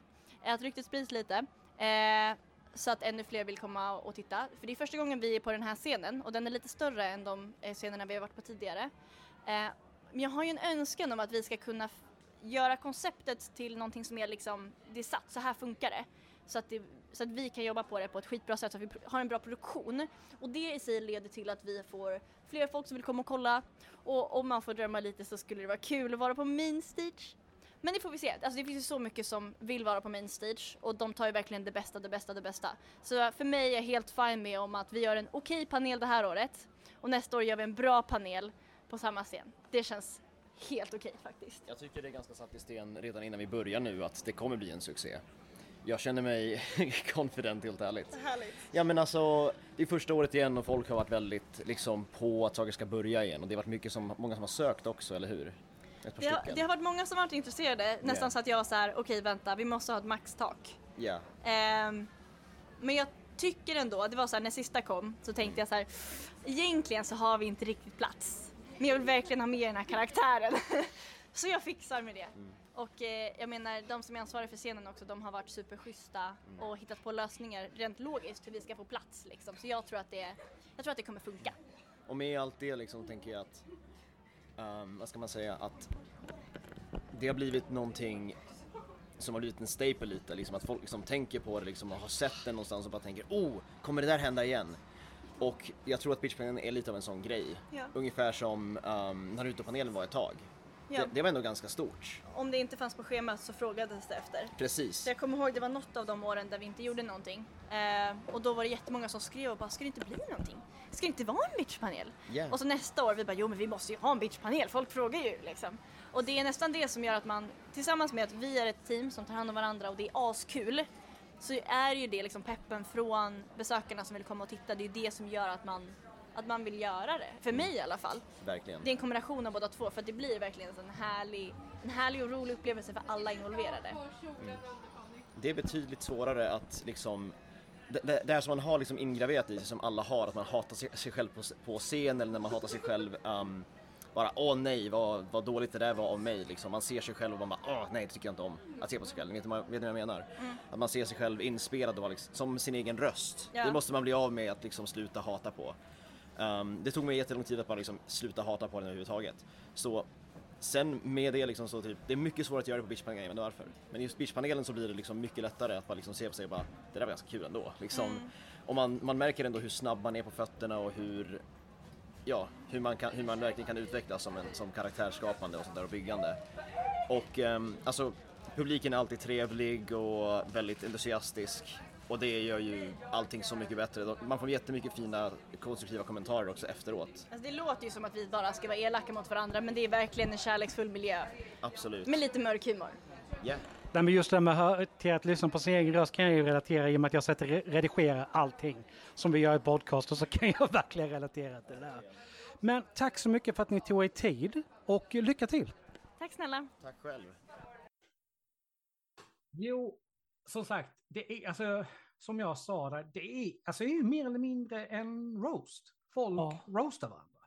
Så att ännu fler vill komma och titta. För det är första gången vi är på den här scenen och den är lite större än de scenerna vi har varit på tidigare. Men jag har ju en önskan om att vi ska kunna göra konceptet till någonting som är liksom, det är satt, så här funkar det. Så att vi kan jobba på det på ett skitbra sätt, så att vi har en bra produktion. Och det i sig leder till att vi får fler folk som vill komma och kolla. Och om man får drömma lite så skulle det vara kul att vara på main stage. Men det får vi se. Alltså det finns ju så mycket som vill vara på main stage. Och de tar ju verkligen det bästa. Så för mig är jag helt fine med om att vi gör en okej panel det här året. Och nästa år gör vi en bra panel på samma scen. Det känns helt okej faktiskt. Jag tycker det är ganska satt i sten redan innan vi börjar nu att det kommer bli en succé. Jag känner mig confident, helt ärligt. Härligt. Ja, men alltså, det är första året igen och folk har varit väldigt liksom på att saker ska börja igen. Och det har varit många som har sökt också, eller hur? Det har varit många som har varit intresserade. Nästan så att jag var så här: okej, vänta, vi måste ha ett maxtak. Ja. Men jag tycker ändå, det var så här, när sista kom så tänkte jag så här: egentligen så har vi inte riktigt plats. Men jag vill verkligen ha med den här karaktären. Så jag fixar med det. Och jag menar, de som är ansvariga för scenen också, de har varit superschyssta och hittat på lösningar rent logiskt hur vi ska få plats liksom. Så jag tror att det kommer funka. Och med allt det liksom tänker jag att vad ska man säga, att det har blivit någonting som har blivit en staple lite, liksom att folk liksom tänker på det liksom, och har sett det någonstans och bara tänker, kommer det där hända igen? Och jag tror att bitchpanelen är lite av en sån grej. Ja. Ungefär som Naruto-panelen var ett tag. Ja. Det var ändå ganska stort. Om det inte fanns på schemat så frågades det efter. Precis. Så jag kommer ihåg, det var något av de åren där vi inte gjorde någonting. Och då var det jättemånga som skrev och bara, ska det inte bli någonting? Ska det inte vara en bitchpanel? Yeah. Och så nästa år, vi bara, men vi måste ju ha en bitchpanel. Folk frågar ju liksom. Och det är nästan det som gör att man, tillsammans med att vi är ett team som tar hand om varandra och det är askul, så är ju det liksom peppen från besökarna som vill komma och titta. Det är det som gör att man vill göra det. För mig i alla fall. Verkligen. Det är en kombination av båda två, för att det blir verkligen en härlig och rolig upplevelse för alla involverade. Det är betydligt svårare att liksom det här som man har liksom ingraverat i sig, som alla har, att man hatar sig själv på scen, eller när man hatar sig själv bara, åh nej, vad dåligt det där var av mig liksom. Man ser sig själv och man bara, åh nej, det tycker jag inte om att se på sig själv. Vet du vad jag menar? Att man ser sig själv inspelad och liksom, som sin egen röst. Det måste man bli av med att liksom sluta hata på. Det tog mig jättelång tid att bara liksom sluta hata på den överhuvudtaget. Så sen med det liksom, så typ, det är mycket svårare att göra det på bitchpanelen, men varför? Men just bitchpanelen så blir det liksom mycket lättare att bara liksom se på sig och bara, det där var ganska kul ändå liksom. Och man märker ändå hur snabb man är på fötterna och hur man verkligen kan utvecklas som karaktärsskapande och sånt där, och byggande. Och alltså publiken är alltid trevlig och väldigt entusiastisk, och det gör ju allting så mycket bättre. Man får jättemycket fina konstruktiva kommentarer också efteråt. Alltså det låter ju som att vi bara ska vara elaka mot varandra, men det är verkligen en kärleksfull miljö. Absolut. Med lite mörk humor. Ja. Nej, men just det med till att lyssna på sin egen röst kan jag ju relatera, i och med att jag sätter redigera allting som vi gör i podcast, och så kan jag verkligen relatera till det där. Men tack så mycket för att ni tog er tid, och lycka till! Tack snälla! Tack själv! Jo, som sagt, det är alltså, som jag sa där, det är ju mer eller mindre en roast. Folk roastar varandra.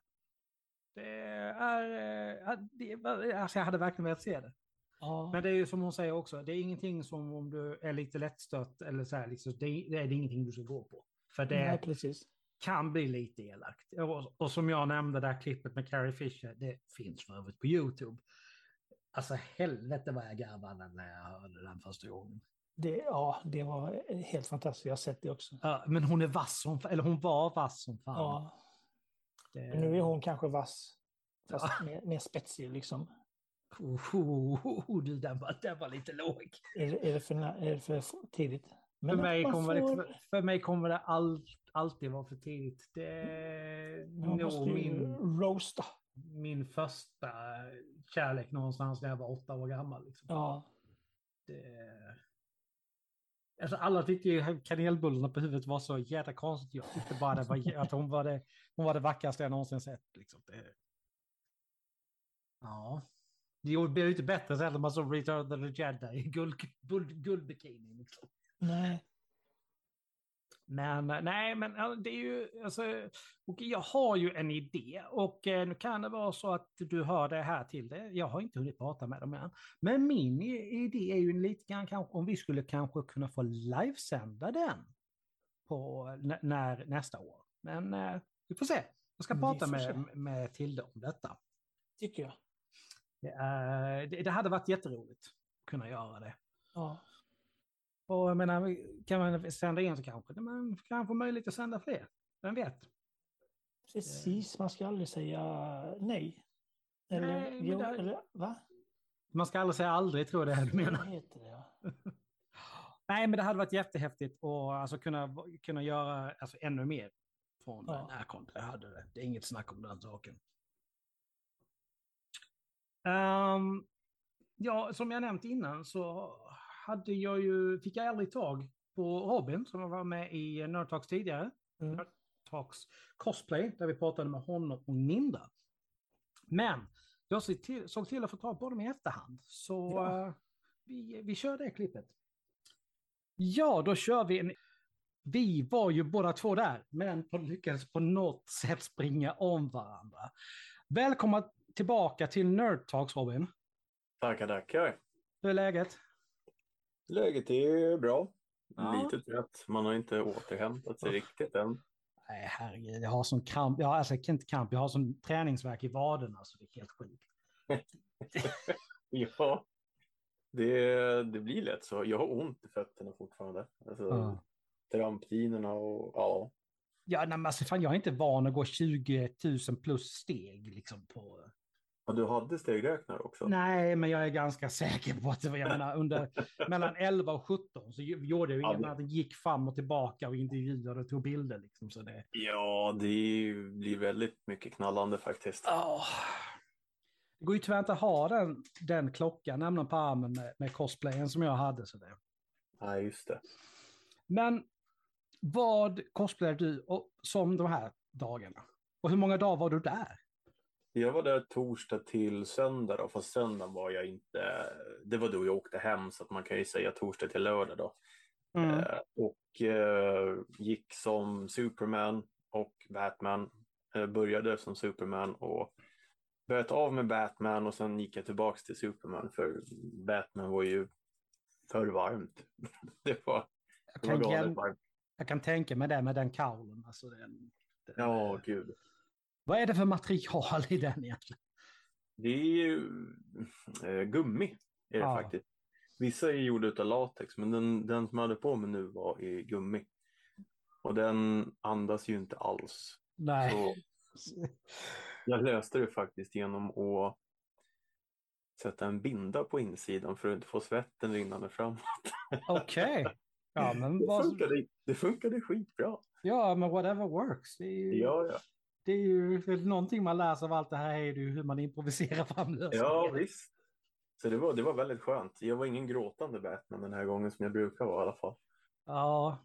Alltså jag hade verkligen velat se det. Ja. Men det är ju som hon säger också, det är ingenting som om du är lite lättstött eller så här, liksom, det är ingenting du ska gå på. För det kan bli lite elakt. Och som jag nämnde, det här klippet med Carrie Fisher, det finns för övrigt på YouTube. Alltså helvete vad jag garvade när jag hörde den första gången. Det var helt fantastiskt. Jag har sett det också. Ja, men hon är vass som, eller hon var vass som fan. Ja. Men nu är hon kanske vass, fast mer spetsig liksom. Den var lite låg. Är det för tidigt? Men för mig kommer det alltid vara för tidigt. Det är nog min första kärlek någonstans när jag var 8 år gammal. Liksom. Ja. Alltså alla tyckte ju kanelbullarna på huvudet var så jävla konstigt. Jag tyckte bara att hon var det vackraste jag någonsin sett. Liksom. Ja. Det blev inte bättre sen när man såg Return of the Jedi i guldbikini. Liksom. Nej. Men det är ju, alltså, och jag har ju en idé, och nu kan det vara så att du hör det här till det. Jag har inte hunnit prata med dem än. Men min idé är ju lite grann kanske om vi skulle kanske kunna få livesända den på nästa år. Men vi får se. Jag ska prata med Tilde om detta. Tycker jag. Det hade varit jätteroligt att kunna göra det. Ja. Och jag menar, kan man sända in så kanske man kan få möjlighet att sända fler. Vem vet? Precis, man ska aldrig säga nej. Eller va? Man ska aldrig säga aldrig, tror jag det du menar. Heter det, ja. Nej, men det hade varit jättehäftigt att alltså, kunna göra alltså, ännu mer från Närcon. Det är inget snack om den saken. Som jag nämnt innan så fick jag aldrig tag på Robin som var med i Nerd Talks tidigare. Nerd Talks Cosplay, där vi pratade med honom och Ninda. Men jag såg till att få tag på dem i efterhand. Så vi kör det klippet. Ja, då kör vi Vi var ju båda två där, men lyckades på något sätt springa om varandra. Välkomna tillbaka till Nerd Talks, Robin. Tackar. Hur är läget? Läget är bra. Lite trött. Man har inte återhämtat sig riktigt än. Nej, herregud. Jag har sån kramp. Jag har sån träningsvärk i vaderna, så det är helt sjukt. Ja, det blir lätt så. Jag har ont i fötterna fortfarande. Alltså, tramptinerna och ja. Ja, nej, men alltså, fan, jag är inte van att gå 20 000 plus steg liksom på... Ja, du hade stegräknare också? Nej, men jag är ganska säker på att jag menar, mellan 11 och 17 så gjorde jag ju att det gick fram och tillbaka och intervjuade och tog bilder. Liksom, så det... Ja, det blir väldigt mycket knallande faktiskt. Det går ju tyvärr inte att ha den klockan nämligen på armen med cosplayen som jag hade. Så det. Ja, just det. Men vad cosplayar du som de här dagarna? Och hur många dagar var du där? Jag var där torsdag till söndag då, fast söndag var jag inte, det var då jag åkte hem, så att man kan ju säga torsdag till lördag då. Och gick som Superman och Batman. Började som Superman och börjat av med Batman och sen gick jag tillbaks till Superman för Batman var ju för varmt. Det var galet varmt. Jag kan tänka mig det med den kaulen. Alltså Ja, gud. Vad är det för material i den egentligen? Det är ju gummi är det faktiskt. Vissa är gjorda av latex, men den som jag hade på mig nu var i gummi. Och den andas ju inte alls. Nej. Så jag löste det faktiskt genom att sätta en binda på insidan för att inte få svetten rinnande framåt. Okej. Ja, men det funkade skitbra. Ja, men whatever works. Det är ju någonting man läser av allt det här, är det ju hur man improviserar fram lösningar. Ja, visst. Så det var väldigt skönt. Jag var ingen gråtande Batman den här gången som jag brukar vara i alla fall. Ja,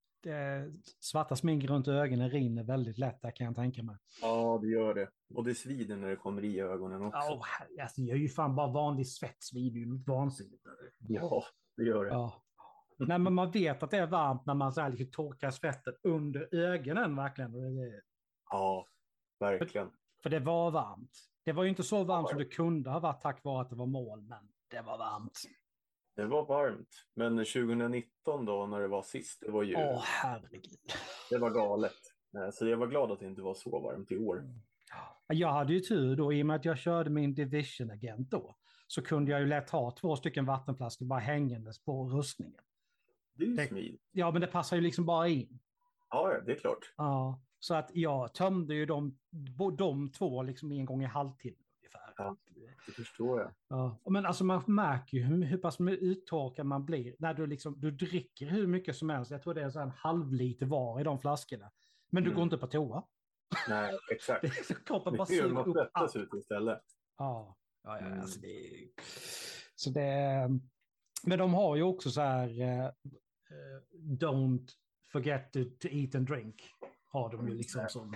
svarta smink runt ögonen rinner väldigt lätt där, kan jag tänka mig. Ja, det gör det. Och det svider när det kommer i ögonen också. Ja, alltså, jag är ju fan bara vanlig svett, svider ju vansinnigt. Ja, det gör det. Ja. Nej, men man vet att det är varmt när man så här liksom torkar svetten under ögonen verkligen. Ja, verkligen. För det var varmt. Det var ju inte så varmt som det kunde ha varit tack vare att det var moln, men det var varmt. Det var varmt, men 2019 då när det var sist, det var ju... herregud. Det var galet. Så jag var glad att det inte var så varmt i år. Jag hade ju tur då, i och med att jag körde min Division-agent då, så kunde jag ju lätt ha 2 stycken vattenflaskor bara hängandes på rustningen. Det är ju smidigt. Ja, men det passar ju liksom bara in. Ja, det är klart. Ja, så att jag tömde ju de 2 liksom en gång i halvtimme ungefär. Ja, det förstår jag. Ja, men alltså man märker ju hur pass uttorkad man blir när du dricker hur mycket som helst. Jag tror det är så en halv-liter var i de flaskorna. Men du går inte på toa. Nej, exakt. Det är så kroppen bara suger upp allt. Ut istället. Ja, alltså men de har ju också så här don't forget to eat and drink. Har de ju liksom som.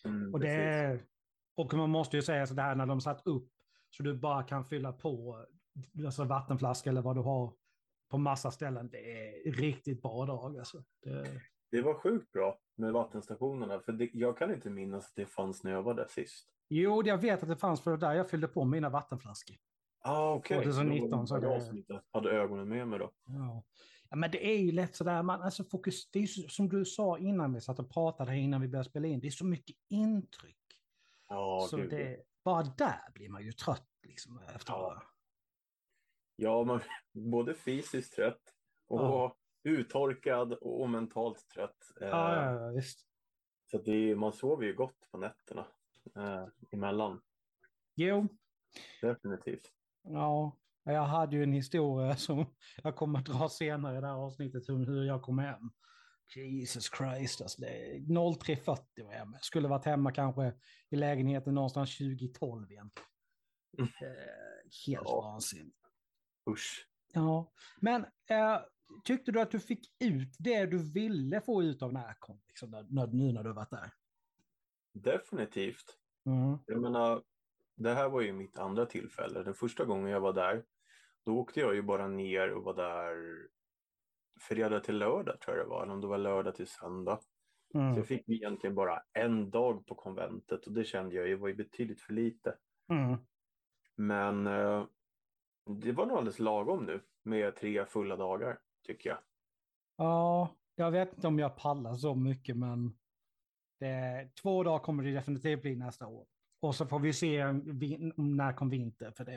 Och man måste ju säga så där när de satt upp så du bara kan fylla på alltså vattenflaska eller vad du har på massa ställen. Det är riktigt bra dag alltså. Det var sjukt bra med vattenstationerna, för jag kan inte minnas att det fanns när jag var där sist. Jo, jag vet att det fanns, för där jag fyllde på mina vattenflaskor. Okej. 2019 så jag som inte hade ögonen med mig då. Ja, men det är ju lätt sådär, alltså fokus, det är ju som du sa innan vi satt och pratade här innan vi började spela in, det är så mycket intryck. Ja, så bara där blir man ju trött liksom efter. Ja, man både fysiskt trött och uttorkad och mentalt trött. Ja, visst. Så man sover ju gott på nätterna emellan. Jo. Definitivt. Ja, jag hade ju en historia som jag kommer att dra senare i det här avsnittet hur jag kom hem. Jesus Christ, alltså det är 03.40 var jag hemma. Skulle varit hemma kanske i lägenheten någonstans 2012 egentligen. Helt vansinnigt. Usch. Ja, men tyckte du att du fick ut det du ville få ut av Närcon liksom, nu när du varit där? Definitivt. Jag menar, det här var ju mitt andra tillfälle. Den första gången jag var där, då åkte jag ju bara ner och var där fredag till lördag tror jag det var. Eller om det var lördag till söndag. Så jag fick egentligen bara en dag på konventet och det kände jag var ju betydligt för lite. Men det var nog alldeles lagom nu med 3 fulla dagar tycker jag. Ja, jag vet inte om jag pallar så mycket, men 2 dagar kommer det definitivt bli nästa år. Och så får vi se när kom vinter, för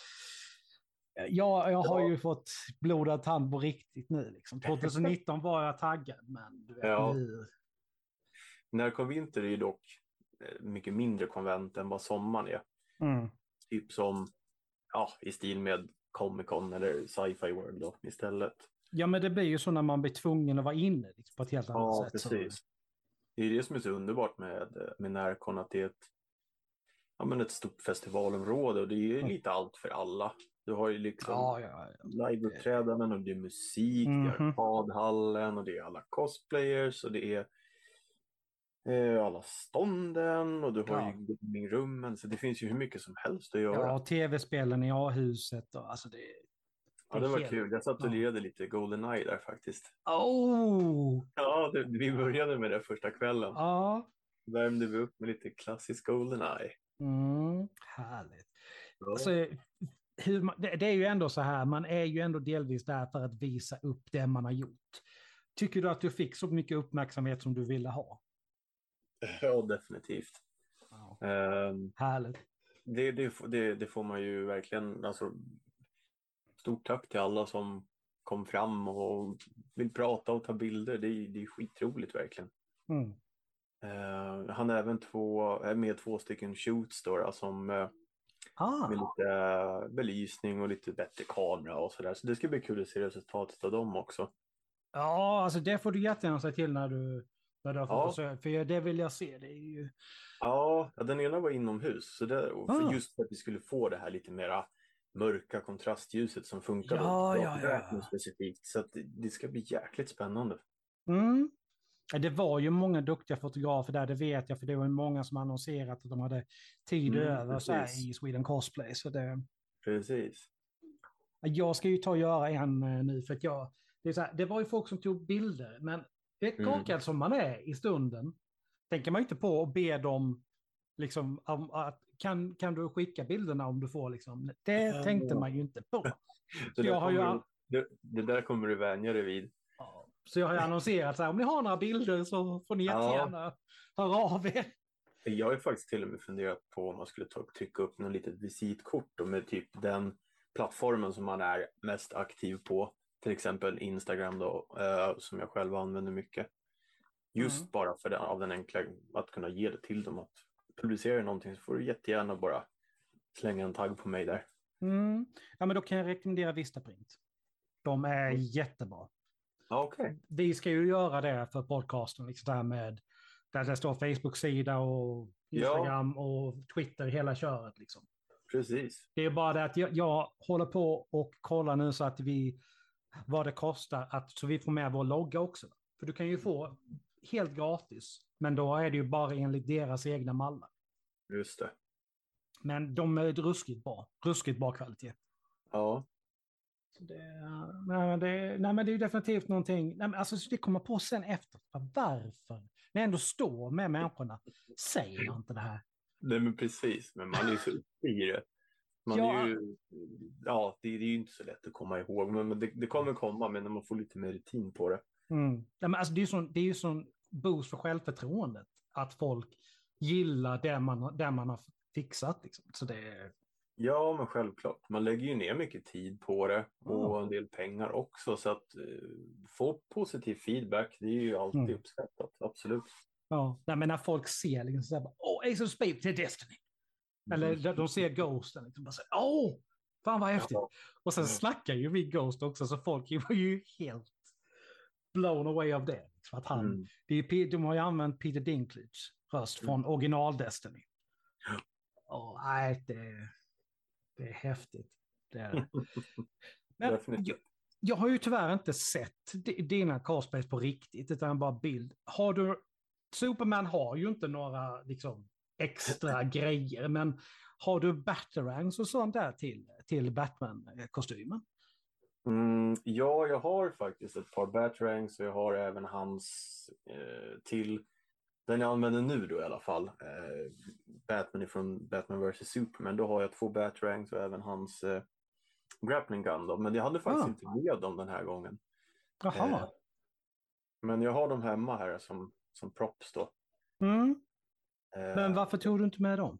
jag har ju fått blodad tand på riktigt nu. Liksom. 2019 var jag taggad, men du vet nu. När kom vinter är ju dock mycket mindre konvent än vad sommaren är. Typ som i stil med Comic-Con eller Sci-Fi World då, istället. Ja, men det blir ju så när man blir tvungen att vara inne liksom, på ett helt annat sätt. Ja, precis. Så. Det är det som är så underbart med Närcon, att det är ett stort festivalområde och det är lite allt för alla. Du har ju liksom liveuppträdanden och det är musik, det är badhallen och det är alla cosplayers och det är alla stånden och du har ju gaming-rummen, så det finns ju hur mycket som helst att göra. Ja, tv-spelen i A-huset och alltså Ja, det var kul. Jag satt och lirade lite GoldenEye där faktiskt. Ja, vi började med det första kvällen. Ja. Värmde vi upp med lite klassisk GoldenEye. Härligt. Alltså, det är ju ändå så här, man är ju ändå delvis där för att visa upp det man har gjort. Tycker du att du fick så mycket uppmärksamhet som du ville ha? Ja, definitivt. Härligt. Det får man ju verkligen, alltså, stort tack till alla som kom fram och vill prata och ta bilder. Det är skitroligt verkligen. Han är även med 2 stycken shoots då, som med lite belysning och lite bättre kamera och sådär. Så det ska bli kul att se resultatet av dem också. Ja, alltså det får du jättegärna säga till när du har fått besök, för det vill jag se. Det är ju... Ja, den ena var inomhus, så för just för att vi skulle få det här lite mera mörka kontrastljuset som funkar specifikt. Så att det ska bli jäkligt spännande. Det var ju många duktiga fotografer där, det vet jag, för det var många som annonserat att de hade tid över så här i Sweden Cosplay. Så det... Precis. Jag ska ju ta och göra en nu, för att det var ju folk som tog bilder, men korkad som man är i stunden tänker man ju inte på att be dem liksom, att kan du skicka bilderna om du får liksom. Det tänkte man ju inte på. Det där kommer du vänja dig vid. Så jag har ju annonserat så här, om ni har några bilder så får ni jättegärna höra av er. Jag har ju faktiskt till och med funderat på om man skulle trycka upp något litet visitkort med typ den plattformen som man är mest aktiv på. Till exempel Instagram då, som jag själv använder mycket. Just bara för av den enkla, att kunna ge det till dem. Att publicera någonting så får du jättegärna bara slänga en tagg på mig där. Ja, men då kan jag rekommendera Vistaprint. De är jättebra. Okay. Vi ska ju göra det för podcasten, liksom där det står Facebook-sida och Instagram och Twitter, hela köret liksom. Precis. Det är bara det att jag håller på och kollar nu så att vad det kostar, så vi får med vår logga också. För du kan ju få helt gratis, men då är det ju bara enligt deras egna mallar. Just det. Men de är ruskigt bra kvalitet. Ja. Men det är ju definitivt någonting. Alltså det kommer på sen efter. Varför? När jag ändå står med människorna, säger jag inte det här. Nej, men precis. Men man är ju så uppe i det. Det är ju inte så lätt att komma ihåg. Men det kommer komma, men när man får lite mer rutin på det. Men alltså det är ju sån boost för självförtroendet. Att folk gillar det man har fixat. Liksom. Så det. Ja, men självklart. Man lägger ju ner mycket tid på det och en del pengar också. Så att få positiv feedback, det är ju alltid uppskattat. Absolut. Ja, men när folk ser liksom så här, Ace of Spades till Destiny. Eller de ser Ghosten liksom, bara så här, fan vad häftigt. Och sen snackar ju vi Ghost också, så folk var ju helt blown away av det. För att de har ju använt Peter Dinklage röst från original Destiny. Det är häftigt. Det är det. Men jag har ju tyvärr inte sett dina cosplays på riktigt, utan bara bild. Superman har ju inte några liksom extra grejer, men har du batarangs och sånt där till Batman-kostymen? Ja, jag har faktiskt ett par batarangs och jag har även hans till den jag använder nu då i alla fall. Batman ifrån Batman vs Superman. Då har jag 2 batarangs och även hans grappling gun då. Men jag hade faktiskt inte med dem den här gången. Jaha. Men jag har dem hemma här som props då. Men varför tog du inte med dem?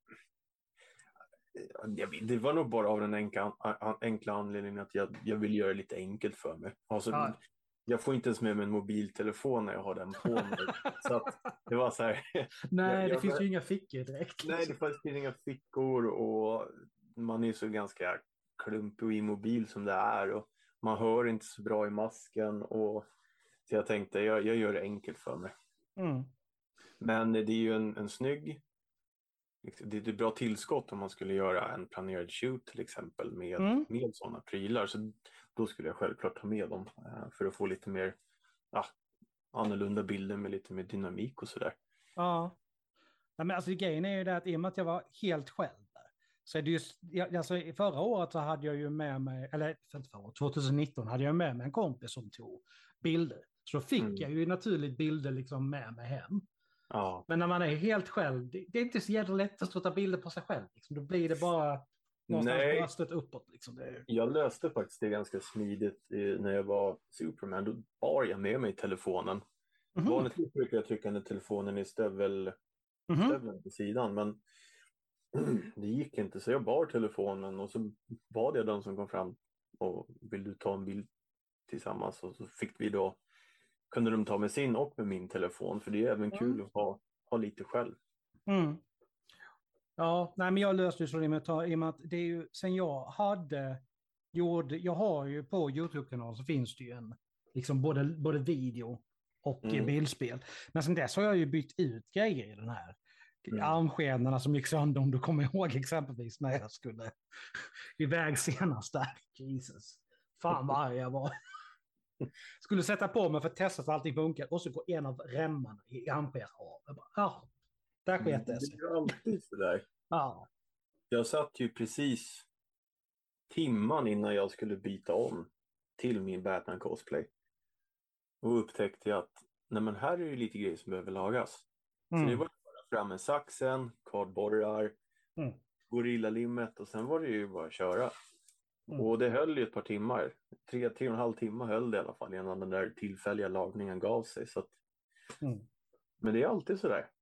Det var nog bara av den enkla anledningen att jag vill göra det lite enkelt för mig. Alltså, jag får inte ens med mig en mobiltelefon när jag har den på mig. Så att det var så här. Nej, det finns ju inga fickor direkt. Nej, det finns inga fickor och man är så ganska klumpig och immobil som det är. Och man hör inte så bra i masken. Och så jag tänkte, jag gör det enkelt för mig. Men det är ju en snygg. Det är ett bra tillskott om man skulle göra en planerad shoot till exempel med sådana prylar. Så då skulle jag självklart ta med dem för att få lite mer annorlunda bilder med lite mer dynamik och sådär. Ja. Men alltså grejen är ju det att i och med att jag var helt själv där, så är det just, alltså förra året så hade jag ju med mig, eller inte förra året, 2019 hade jag med mig en kompis som tog bilder. Så då fick jag ju naturligt bilder liksom med mig hem. Ja. Men när man är helt själv, det är inte så jävla lätt att ta bilder på sig själv. Liksom. Då blir det bara någonstans bröstet uppåt. Liksom. Jag löste faktiskt det ganska smidigt när jag var Superman. Då bar jag med mig telefonen. Vanligtvis brukar jag trycka ner telefonen i stövlen på sidan, men det gick inte, så jag bar telefonen och så bad jag de som kom fram och vill du ta en bild tillsammans, och så fick vi då, kunde de ta med sin och med min telefon, för det är även kul att ha lite själv. Ja, nej, men jag löste ju så det med att ta, i och med att det är ju, sen jag har ju på YouTube-kanalen så finns det ju en, liksom både video och bildspel. Men sen dess har jag ju bytt ut grejer i den här. Armskenorna som gick sönder, om du kommer ihåg exempelvis när jag skulle iväg senast där. Jesus. Fan vad arg jag var. Skulle sätta på mig för att testa att allting funkar, och så går en av remmarna i armskenan av. Jag bara, där sket det sig. Det är alltid sådär. Ja. Jag satt ju precis timman innan jag skulle byta om till min Batman cosplay. Och upptäckte jag att nej, men här är det lite grejer som behöver lagas. Så det var bara fram med saxen, kardborrar, gorillalimmet, och sen var det ju bara att köra. Och det höll ju ett par timmar. 3,5 timmar höll det i alla fall innan den där tillfälliga lagningen gav sig. Så att... Men det är alltid sådär.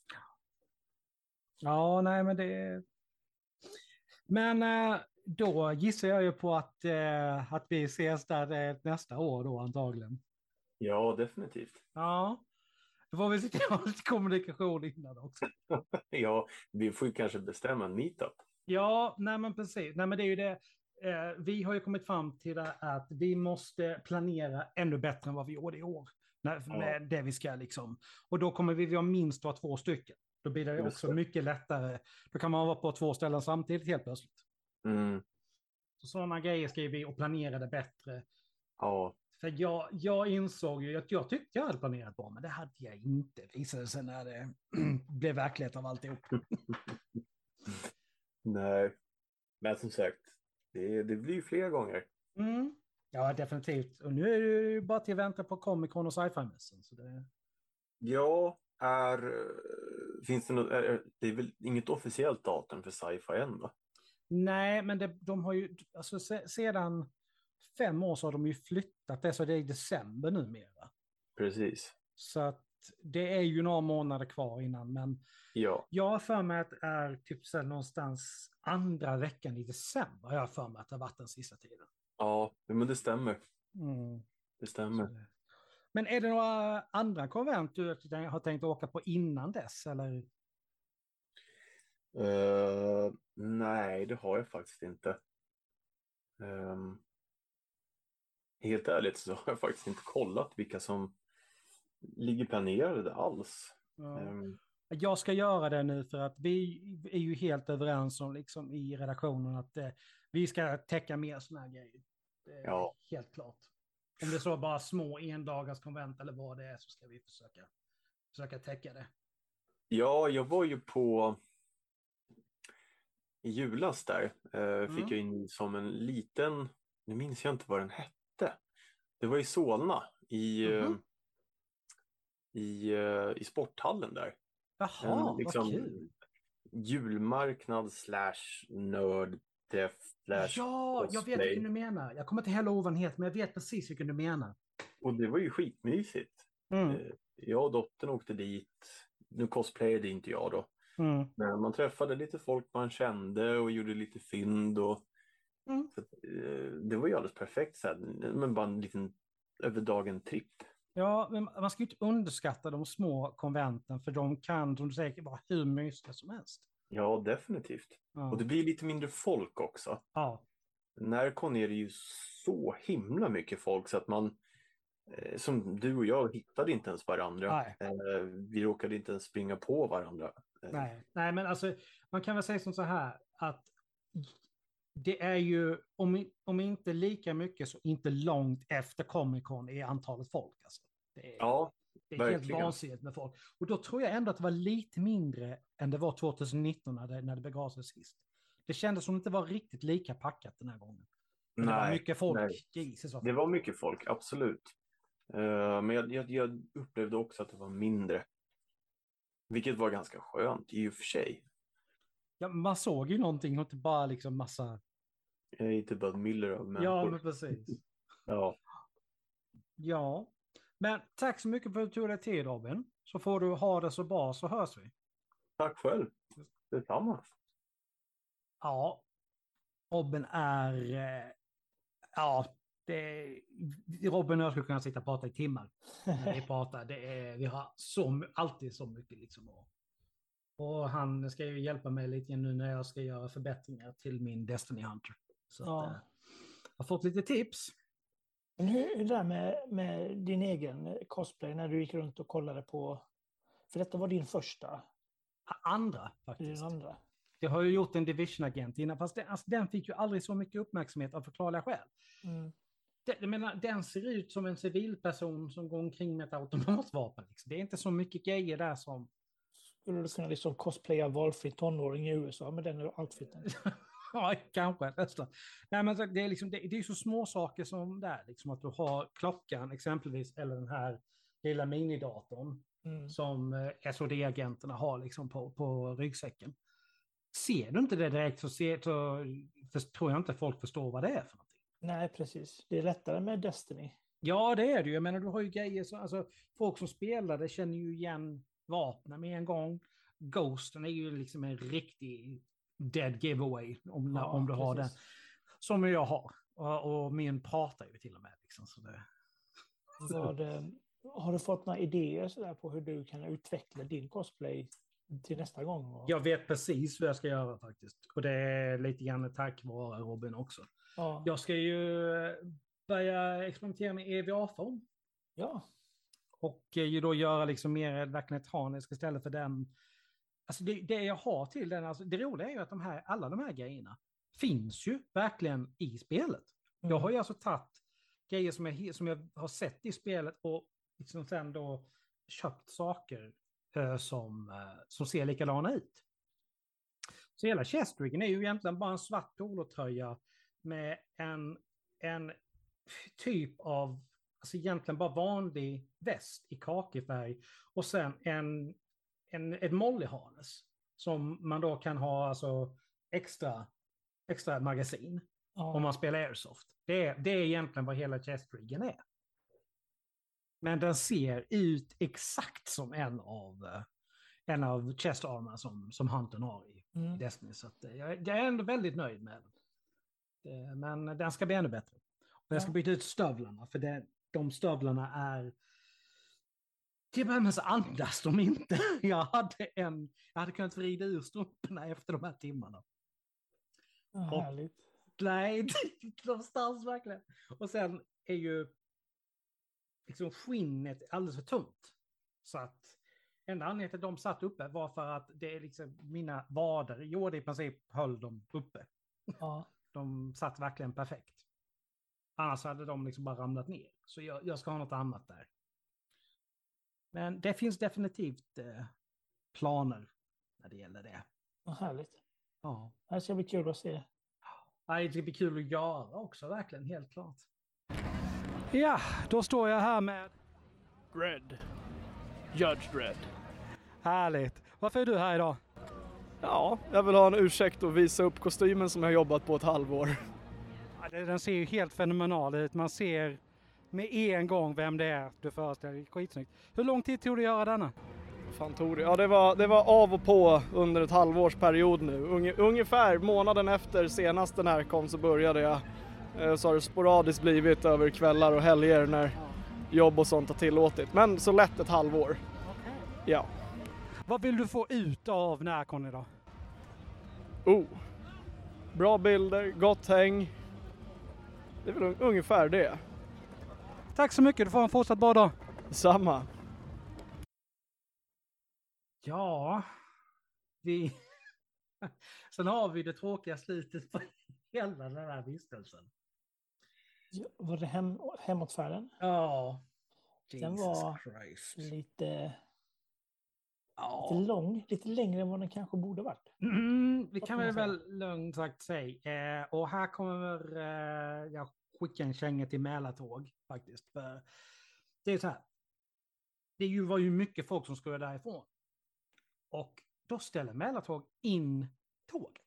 Ja, nej men det... Men då gissar jag ju på att vi ses där nästa år då antagligen. Ja, definitivt. Ja, då får vi sitta och ha lite kommunikation innan också. Ja, vi får ju kanske bestämma en meetup. Ja, nej men precis. Nej men det är ju det. Vi har ju kommit fram till att vi måste planera ännu bättre än vad vi gjorde i år. Med det vi ska liksom. Och då kommer vi ha minst vara 2 stycken. Då blir det också mycket lättare. Då kan man vara på 2 ställen samtidigt helt plötsligt. Så sådana grejer ska vi och planera det bättre. Ja. För jag insåg ju att jag tyckte jag hade planerat bra, men det hade jag inte. Visade sig när det blev verklighet av alltihop. Nej, men som sagt, det blir ju flera gånger. Ja, definitivt. Och nu är det ju bara till att vänta på Comic Con och Sci-Fi-mässan. Det... Ja, finns det något, det är väl inget officiellt datum för Sci-Fi än, va? Nej, men de har ju, alltså sedan 5 år så har de ju flyttat det, så det är i december numera. Precis. Så att det är ju några månader kvar innan, men jag har för mig att det är typ så någonstans andra veckan i december. Jag har för mig att det har varit den sista tiden. Ja, men det stämmer. Det stämmer. Men är det några andra konvent du har tänkt åka på innan dess, eller? Nej, det har jag faktiskt inte. Helt ärligt så har jag faktiskt inte kollat vilka som ligger planerade alls. Jag ska göra det nu, för att vi är ju helt överens om liksom i redaktionen att vi ska täcka mer såna här grejer. Det är helt klart. Om det är så bara små endagars konvent eller vad det är, så ska vi försöka täcka det. Ja, jag var ju på i julas där. Fick jag in som en liten, nu minns jag inte vad den hette. Det var i Solna i sporthallen där. Jaha, liksom, vad kul. Julmarknad / nördträff / Ja, jag vet vilken du menar. Jag kommer inte heller ihåg vad den heter, men jag vet precis vilken du menar. Och det var ju skitmysigt. Jag och dottern åkte dit. Nu cosplayade inte jag då. Men man träffade lite folk man kände och gjorde lite fynd. Och, så, det var ju alldeles perfekt. Så här, men bara en liten över dagen tripp. Ja, men man ska ju inte underskatta de små konventen, för de kan, som du säger, vara hur mysiga som helst. Ja, definitivt. Och det blir lite mindre folk också. Ja. Närcon är det ju så himla mycket folk så att man, som du och jag, hittade inte ens varandra. Vi råkade inte ens springa på varandra. Nej, men alltså man kan väl säga som så här att det är ju, om inte lika mycket så inte långt efter Comic Con är antalet folk. Alltså. Det är helt vansinnigt med folk. Och då tror jag ändå att det var lite mindre än det var 2019 när det begav sig sist. Det kändes som det inte var riktigt lika packat den här gången. Men det var mycket folk. Jesus, det var mycket folk, absolut. Men jag upplevde också att det var mindre. Vilket var ganska skönt i och för sig. Ja, man såg ju någonting och inte bara liksom massa... Inte bara myller av människor. Ja, men precis. Ja. Ja. Men tack så mycket för att du tog dig tid, Robin. Så får du ha det så bra, så hörs vi. Tack själv. Detsamma. Ja. Robin är... Robin och jag skulle kunna sitta och prata i timmar. När vi pratar. Vi har alltid så mycket liksom. Och han ska ju hjälpa mig lite nu när jag ska göra förbättringar till min Destiny Hunter. Så att, jag har fått lite tips. Men hur är det där med din egen cosplay när du gick runt och kollade på... För detta var din första. Andra faktiskt. Din andra. Jag har ju gjort en Division-agent innan, fast den fick ju aldrig så mycket uppmärksamhet av förklarliga skäl. Mm. Jag menar, den ser ut som en civilperson som går omkring med ett automatvapen. Liksom. Det är inte så mycket grejer där som... Skulle du kunna liksom cosplaya valfri tonåring i USA med den outfiten? Ja, kanske nästan. Nej, men det är liksom, det är så små saker som där, liksom att du har klockan exempelvis, eller den här lilla minidatorn som SOD-agenterna har liksom på ryggsäcken. Ser du inte det direkt så tror jag inte folk förstår vad det är för någonting. Nej, precis. Det är lättare med Destiny. Ja, det är det ju. Jag menar, du har ju grejer som, alltså, folk som spelar det känner ju igen vapnen med en gång. Ghosten är ju liksom en riktig dead giveaway om du har den. Som jag har. Och min pratar ju till och med. Liksom, så det... Har du fått några idéer så där på hur du kan utveckla din cosplay till nästa gång? Jag vet precis vad jag ska göra faktiskt. Och det är lite grann tack vare Robin också. Ja. Jag ska ju börja experimentera med EVA-form. Ja. Och ju då göra liksom mer verkligen ett harnisk istället för den. Alltså det jag har till den, alltså det roliga är ju att alla de här grejerna finns ju verkligen i spelet. Jag har ju alltså tagit grejer som jag har sett i spelet och liksom sen då köpt saker som ser likadana ut. Så hela chestriggen är ju egentligen bara en svart polotröja med en typ av, alltså egentligen bara vanlig väst i kakifärg och sen ett mollyharness som man då kan ha alltså extra magasin om man spelar airsoft. Det är egentligen vad hela chestriggen är. Men den ser ut exakt som en av chest armorna som Huntern har i Destiny. Så att jag är ändå väldigt nöjd med den. Men den ska bli ännu bättre. Och jag ska byta ut stövlarna, för de stövlarna är... Till att börja så andas de inte. Jag hade kunnat vrida ur strumporna efter de här timmarna. Härligt. Nej, någonstans verkligen. Och sen är ju liksom skinnet alldeles för tunt. Så att enda anledningen till att de satt uppe var för att det är liksom mina vader gjorde i princip höll dem uppe. Ja. De satt verkligen perfekt. Annars hade de liksom bara ramlat ner. Så jag ska ha något annat där. Men det finns definitivt planer när det gäller det. Vad härligt. Ja. Det ska bli kul att se. Ja, det blir kul att göra också, verkligen, helt klart. Ja, då står jag här med Dredd. Judge Dredd. Härligt. Varför är du här idag? Ja, jag vill ha en ursäkt att visa upp kostymen som jag jobbat på ett halvår. Ja, den ser ju helt fenomenal ut. Man ser med en gång vem det är du föreställer. Skitsnyggt. Hur lång tid tog det att göra denna? Fan tog det? Ja, det var av och på under ett halvårsperiod nu. Ungefär månaden efter senast den här kom så började jag. Så har det sporadiskt blivit över kvällar och helger när jobb och sånt har tillåtit. Men så lätt ett halvår. Okay. Ja. Vad vill du få ut av Närcon idag? Bra bilder, gott häng. Det är väl ungefär det. Tack så mycket, du får en fortsatt bra dag. Samma. Ja, sen har vi det tråkiga slutet på hela den här vistelsen. Ja, var det hemåtfärden? Ja. Den var lite... Lite längre än vad den kanske borde varit. Det kan vi väl lugnt sagt säga. Och här kommer jag skicka en känga till Mälartåg faktiskt. För det är så här. Var ju mycket folk som skulle därifrån. Och då ställer Mälartåg in tåget.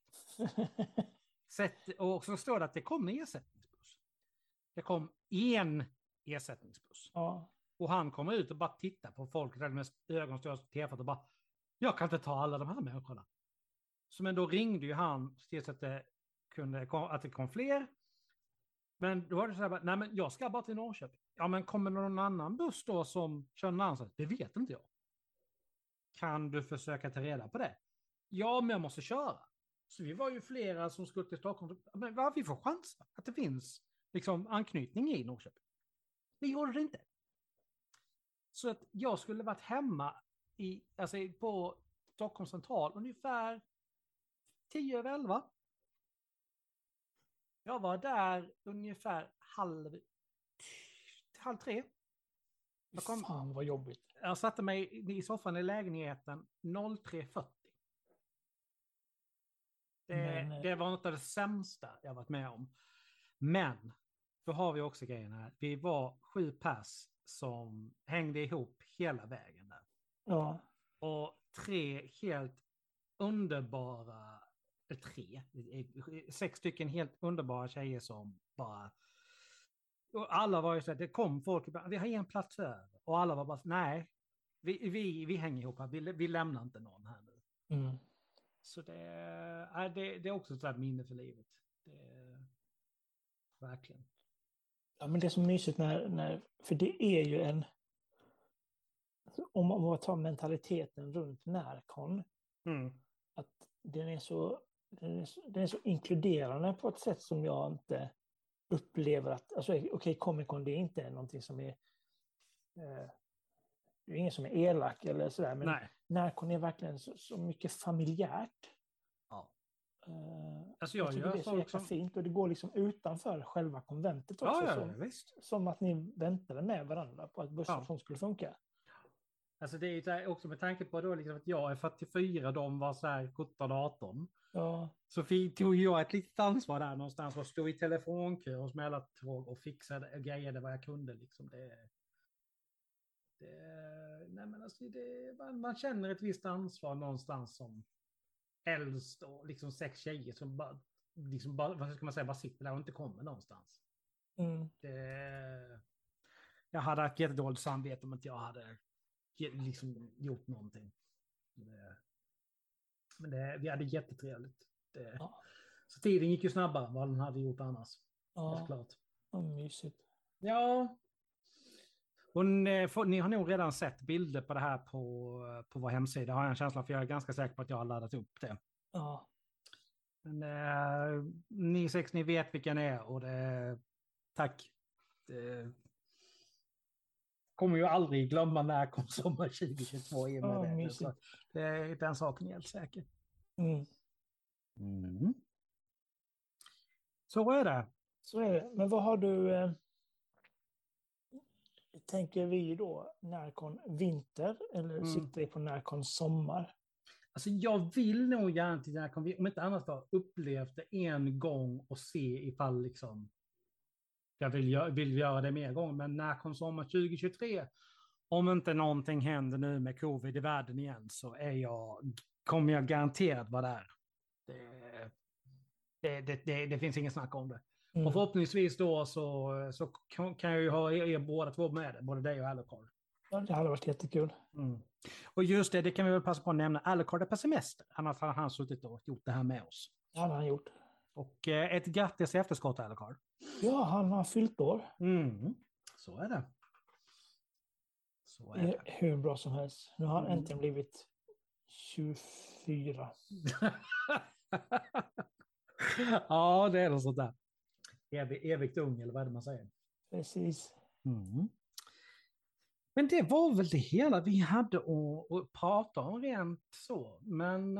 Och så står det att det kom en ersättningsbuss. Det kom en ersättningsbuss. Ja. Och han kommer ut och bara tittar på folk med ögonstora tefat och bara, jag kan inte ta alla de här människorna. Men då ringde ju han tills att det kom fler. Men då var det så här, nej men jag ska bara till Norrköping. Ja men kommer någon annan buss då som kör någon annan? Det vet inte jag. Kan du försöka ta reda på det? Ja men jag måste köra. Så vi var ju flera som skulle till Stockholm. Men vi får chansa att det finns liksom anknytning i Norrköping. Det gjorde det inte. Så att jag skulle varit hemma på Stockholms central ungefär 10:11. Jag var där ungefär halv 3. Fan vad jobbigt. Jag satte mig i soffan i lägenheten 03:40. Det var något av det sämsta jag varit med om. Men då har vi också grejen här. Vi var 7 pers som hängde ihop hela vägen där. Ja. Och 3 helt underbara, 6 stycken helt underbara tjejer som bara, och alla var ju så här, det kom folk, vi har en plats över. Och alla var bara, nej, vi hänger ihop här, vi lämnar inte någon här nu. Mm. Så det är också ett sådant minne för livet. Verkligen. Ja, men det är så mysigt för det är ju om man tar mentaliteten runt Närcon, att den är så inkluderande på ett sätt som jag inte upplever att, alltså okej, Comic Con det är inte någonting som är det är ingen som är elak eller sådär, men Närcon är verkligen så mycket familjärt. Ja. Alltså jag tycker det är så jäkla fint, och det går liksom utanför själva konventet också. Som att ni väntade med varandra på att bussen skulle funka. Alltså det är ju också med tanke på då liksom att jag är 44, de var så här 17-18. Ja. Så tog jag ett litet ansvar där någonstans och stod i telefonkö hos Mälartåg och fixade och grejade vad jag kunde. Liksom nej men alltså man känner ett visst ansvar någonstans som äldst och liksom 6 tjejer som bara, vad ska man säga, bara sitter där och inte kommer någonstans. Mm. Jag hade ett jättedåligt samvete om att jag hade liksom gjort någonting. Men vi hade jättetrevligt. Så tiden gick ju snabbare än vad den hade gjort annars. Ja, klart. Vad mysigt. Ja. Och ni har nog redan sett bilder på det här på vår hemsida, har jag en känsla, för jag är ganska säker på att jag har laddat upp det. Ja. Men ni 6, ni vet vilka ni är, och tack. Kommer ju aldrig glömma när kom sommar 2022 i med det. Så det är den saken helt säker. Så är det. Så är det. Men vad har du... Tänker vi då Närcon vinter eller sitter vi på Närcon sommar? Alltså jag vill nog gärna till Närcon, om inte annat för upplevt det en gång och se ifall liksom jag vill göra det mer gånger. Men Närcon sommar 2023, om inte någonting händer nu med covid i världen igen, så kommer jag garanterat vara där. Det finns ingen snack om det. Och förhoppningsvis då så kan jag ju ha er båda två med det, både dig och Alucard. Ja, det hade varit jättekul. Och just det kan vi väl passa på att nämna. Alucard är på semester, annars hade han suttit och gjort det här med oss. Det hade han gjort. Och ett grattis i efterskott, Alucard. Ja, han har fyllt år. Så är det. Hur bra som helst. Nu har han äntligen blivit 24. Ja, det är något sånt där. Evigt ung, eller vad är det man säger? Precis. Men det var väl det hela vi hade att prata om rent så. Men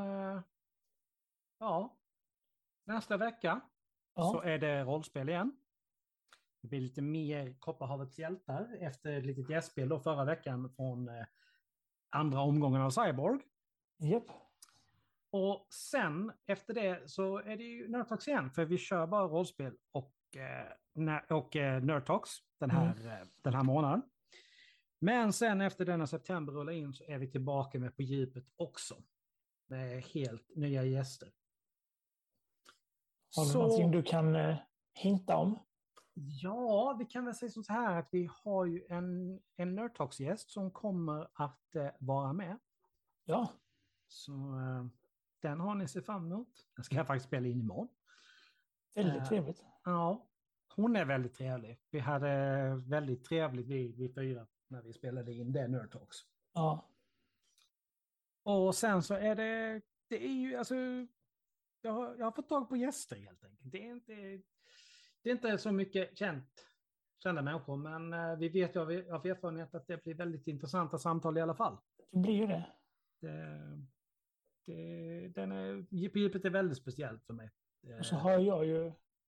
nästa vecka så är det rollspel igen. Det blir lite mer Kopparhavets hjältar efter ett litet gästspel då förra veckan från andra omgången av Cyborg. Japp. Och sen efter det så är det ju Nerd Talks igen, för vi kör bara rollspel och Nerd Talks den här månaden. Men sen efter denna september rullar in så är vi tillbaka med På djupet också. Med helt nya gäster. Har du någonting du kan hinta om? Ja, vi kan väl säga så här att vi har ju en Nerd Talks-gäst som kommer att vara med. Ja. Så den har ni sett fram emot. Den ska jag faktiskt spela in imorgon. Väldigt trevligt. Ja, hon är väldigt trevlig. Vi hade väldigt trevligt vi 4 när vi spelade in det Nerd Talks. Ja. Och sen så är det är ju alltså, jag har fått tag på gäster helt enkelt. Det är inte så mycket kända människor, men vi vet ju av erfarenhet att det blir väldigt intressanta samtal i alla fall. Det blir ju det. Djupet är väldigt speciellt för mig. Och så har jag ju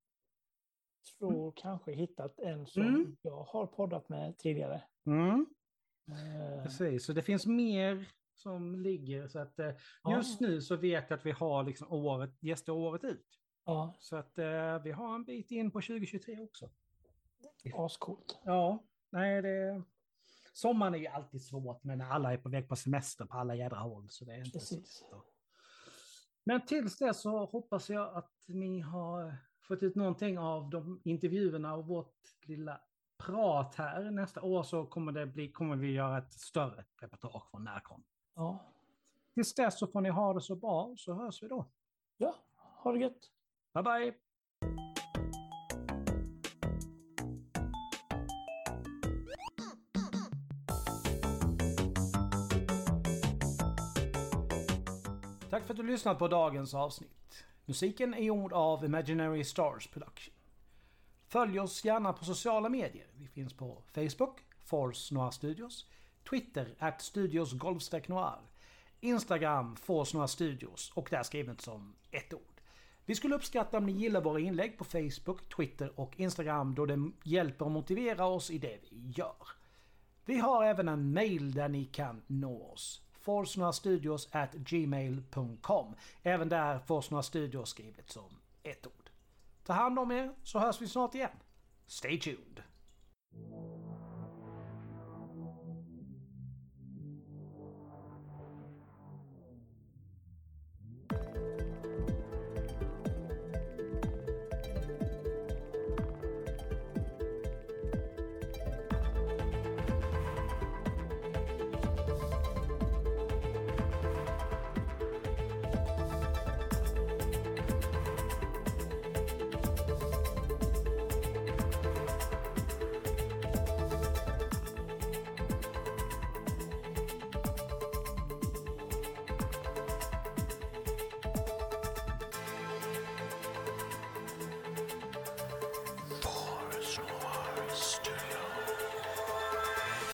kanske hittat en som jag har poddat med tidigare. Precis, så det finns mer som ligger, så att just nu så vet jag att vi har liksom gäster året ut. Ja. Så att vi har en bit in på 2023 också. Ascoolt. Ja, nej sommaren är ju alltid svårt, men alla är på väg på semester på alla jädra håll. Så det är inte precis. Så. Men tills det så hoppas jag att ni har fått ut någonting av de intervjuerna och vårt lilla prat här. Nästa år så kommer vi göra ett större reportage från Närcon. Ja. Tills dess så får ni ha det så bra, så hörs vi då. Ja, ha det gött. Bye bye. Tack för att du lyssnat på dagens avsnitt. Musiken är gjord av Imaginary Stars Production. Följ oss gärna på sociala medier. Vi finns på Facebook, Force Noir Studios, Twitter @studios_noir, Instagram Force Noir Studios och där skrivet som ett ord. Vi skulle uppskatta om ni gillar våra inlägg på Facebook, Twitter och Instagram, då det hjälper att motivera oss i det vi gör. Vi har även en mail där ni kan nå oss. forcenoirstudios@gmail.com. Även där Force Noir Studios skrivet som ett ord. Ta hand om er så hörs vi snart igen. Stay tuned!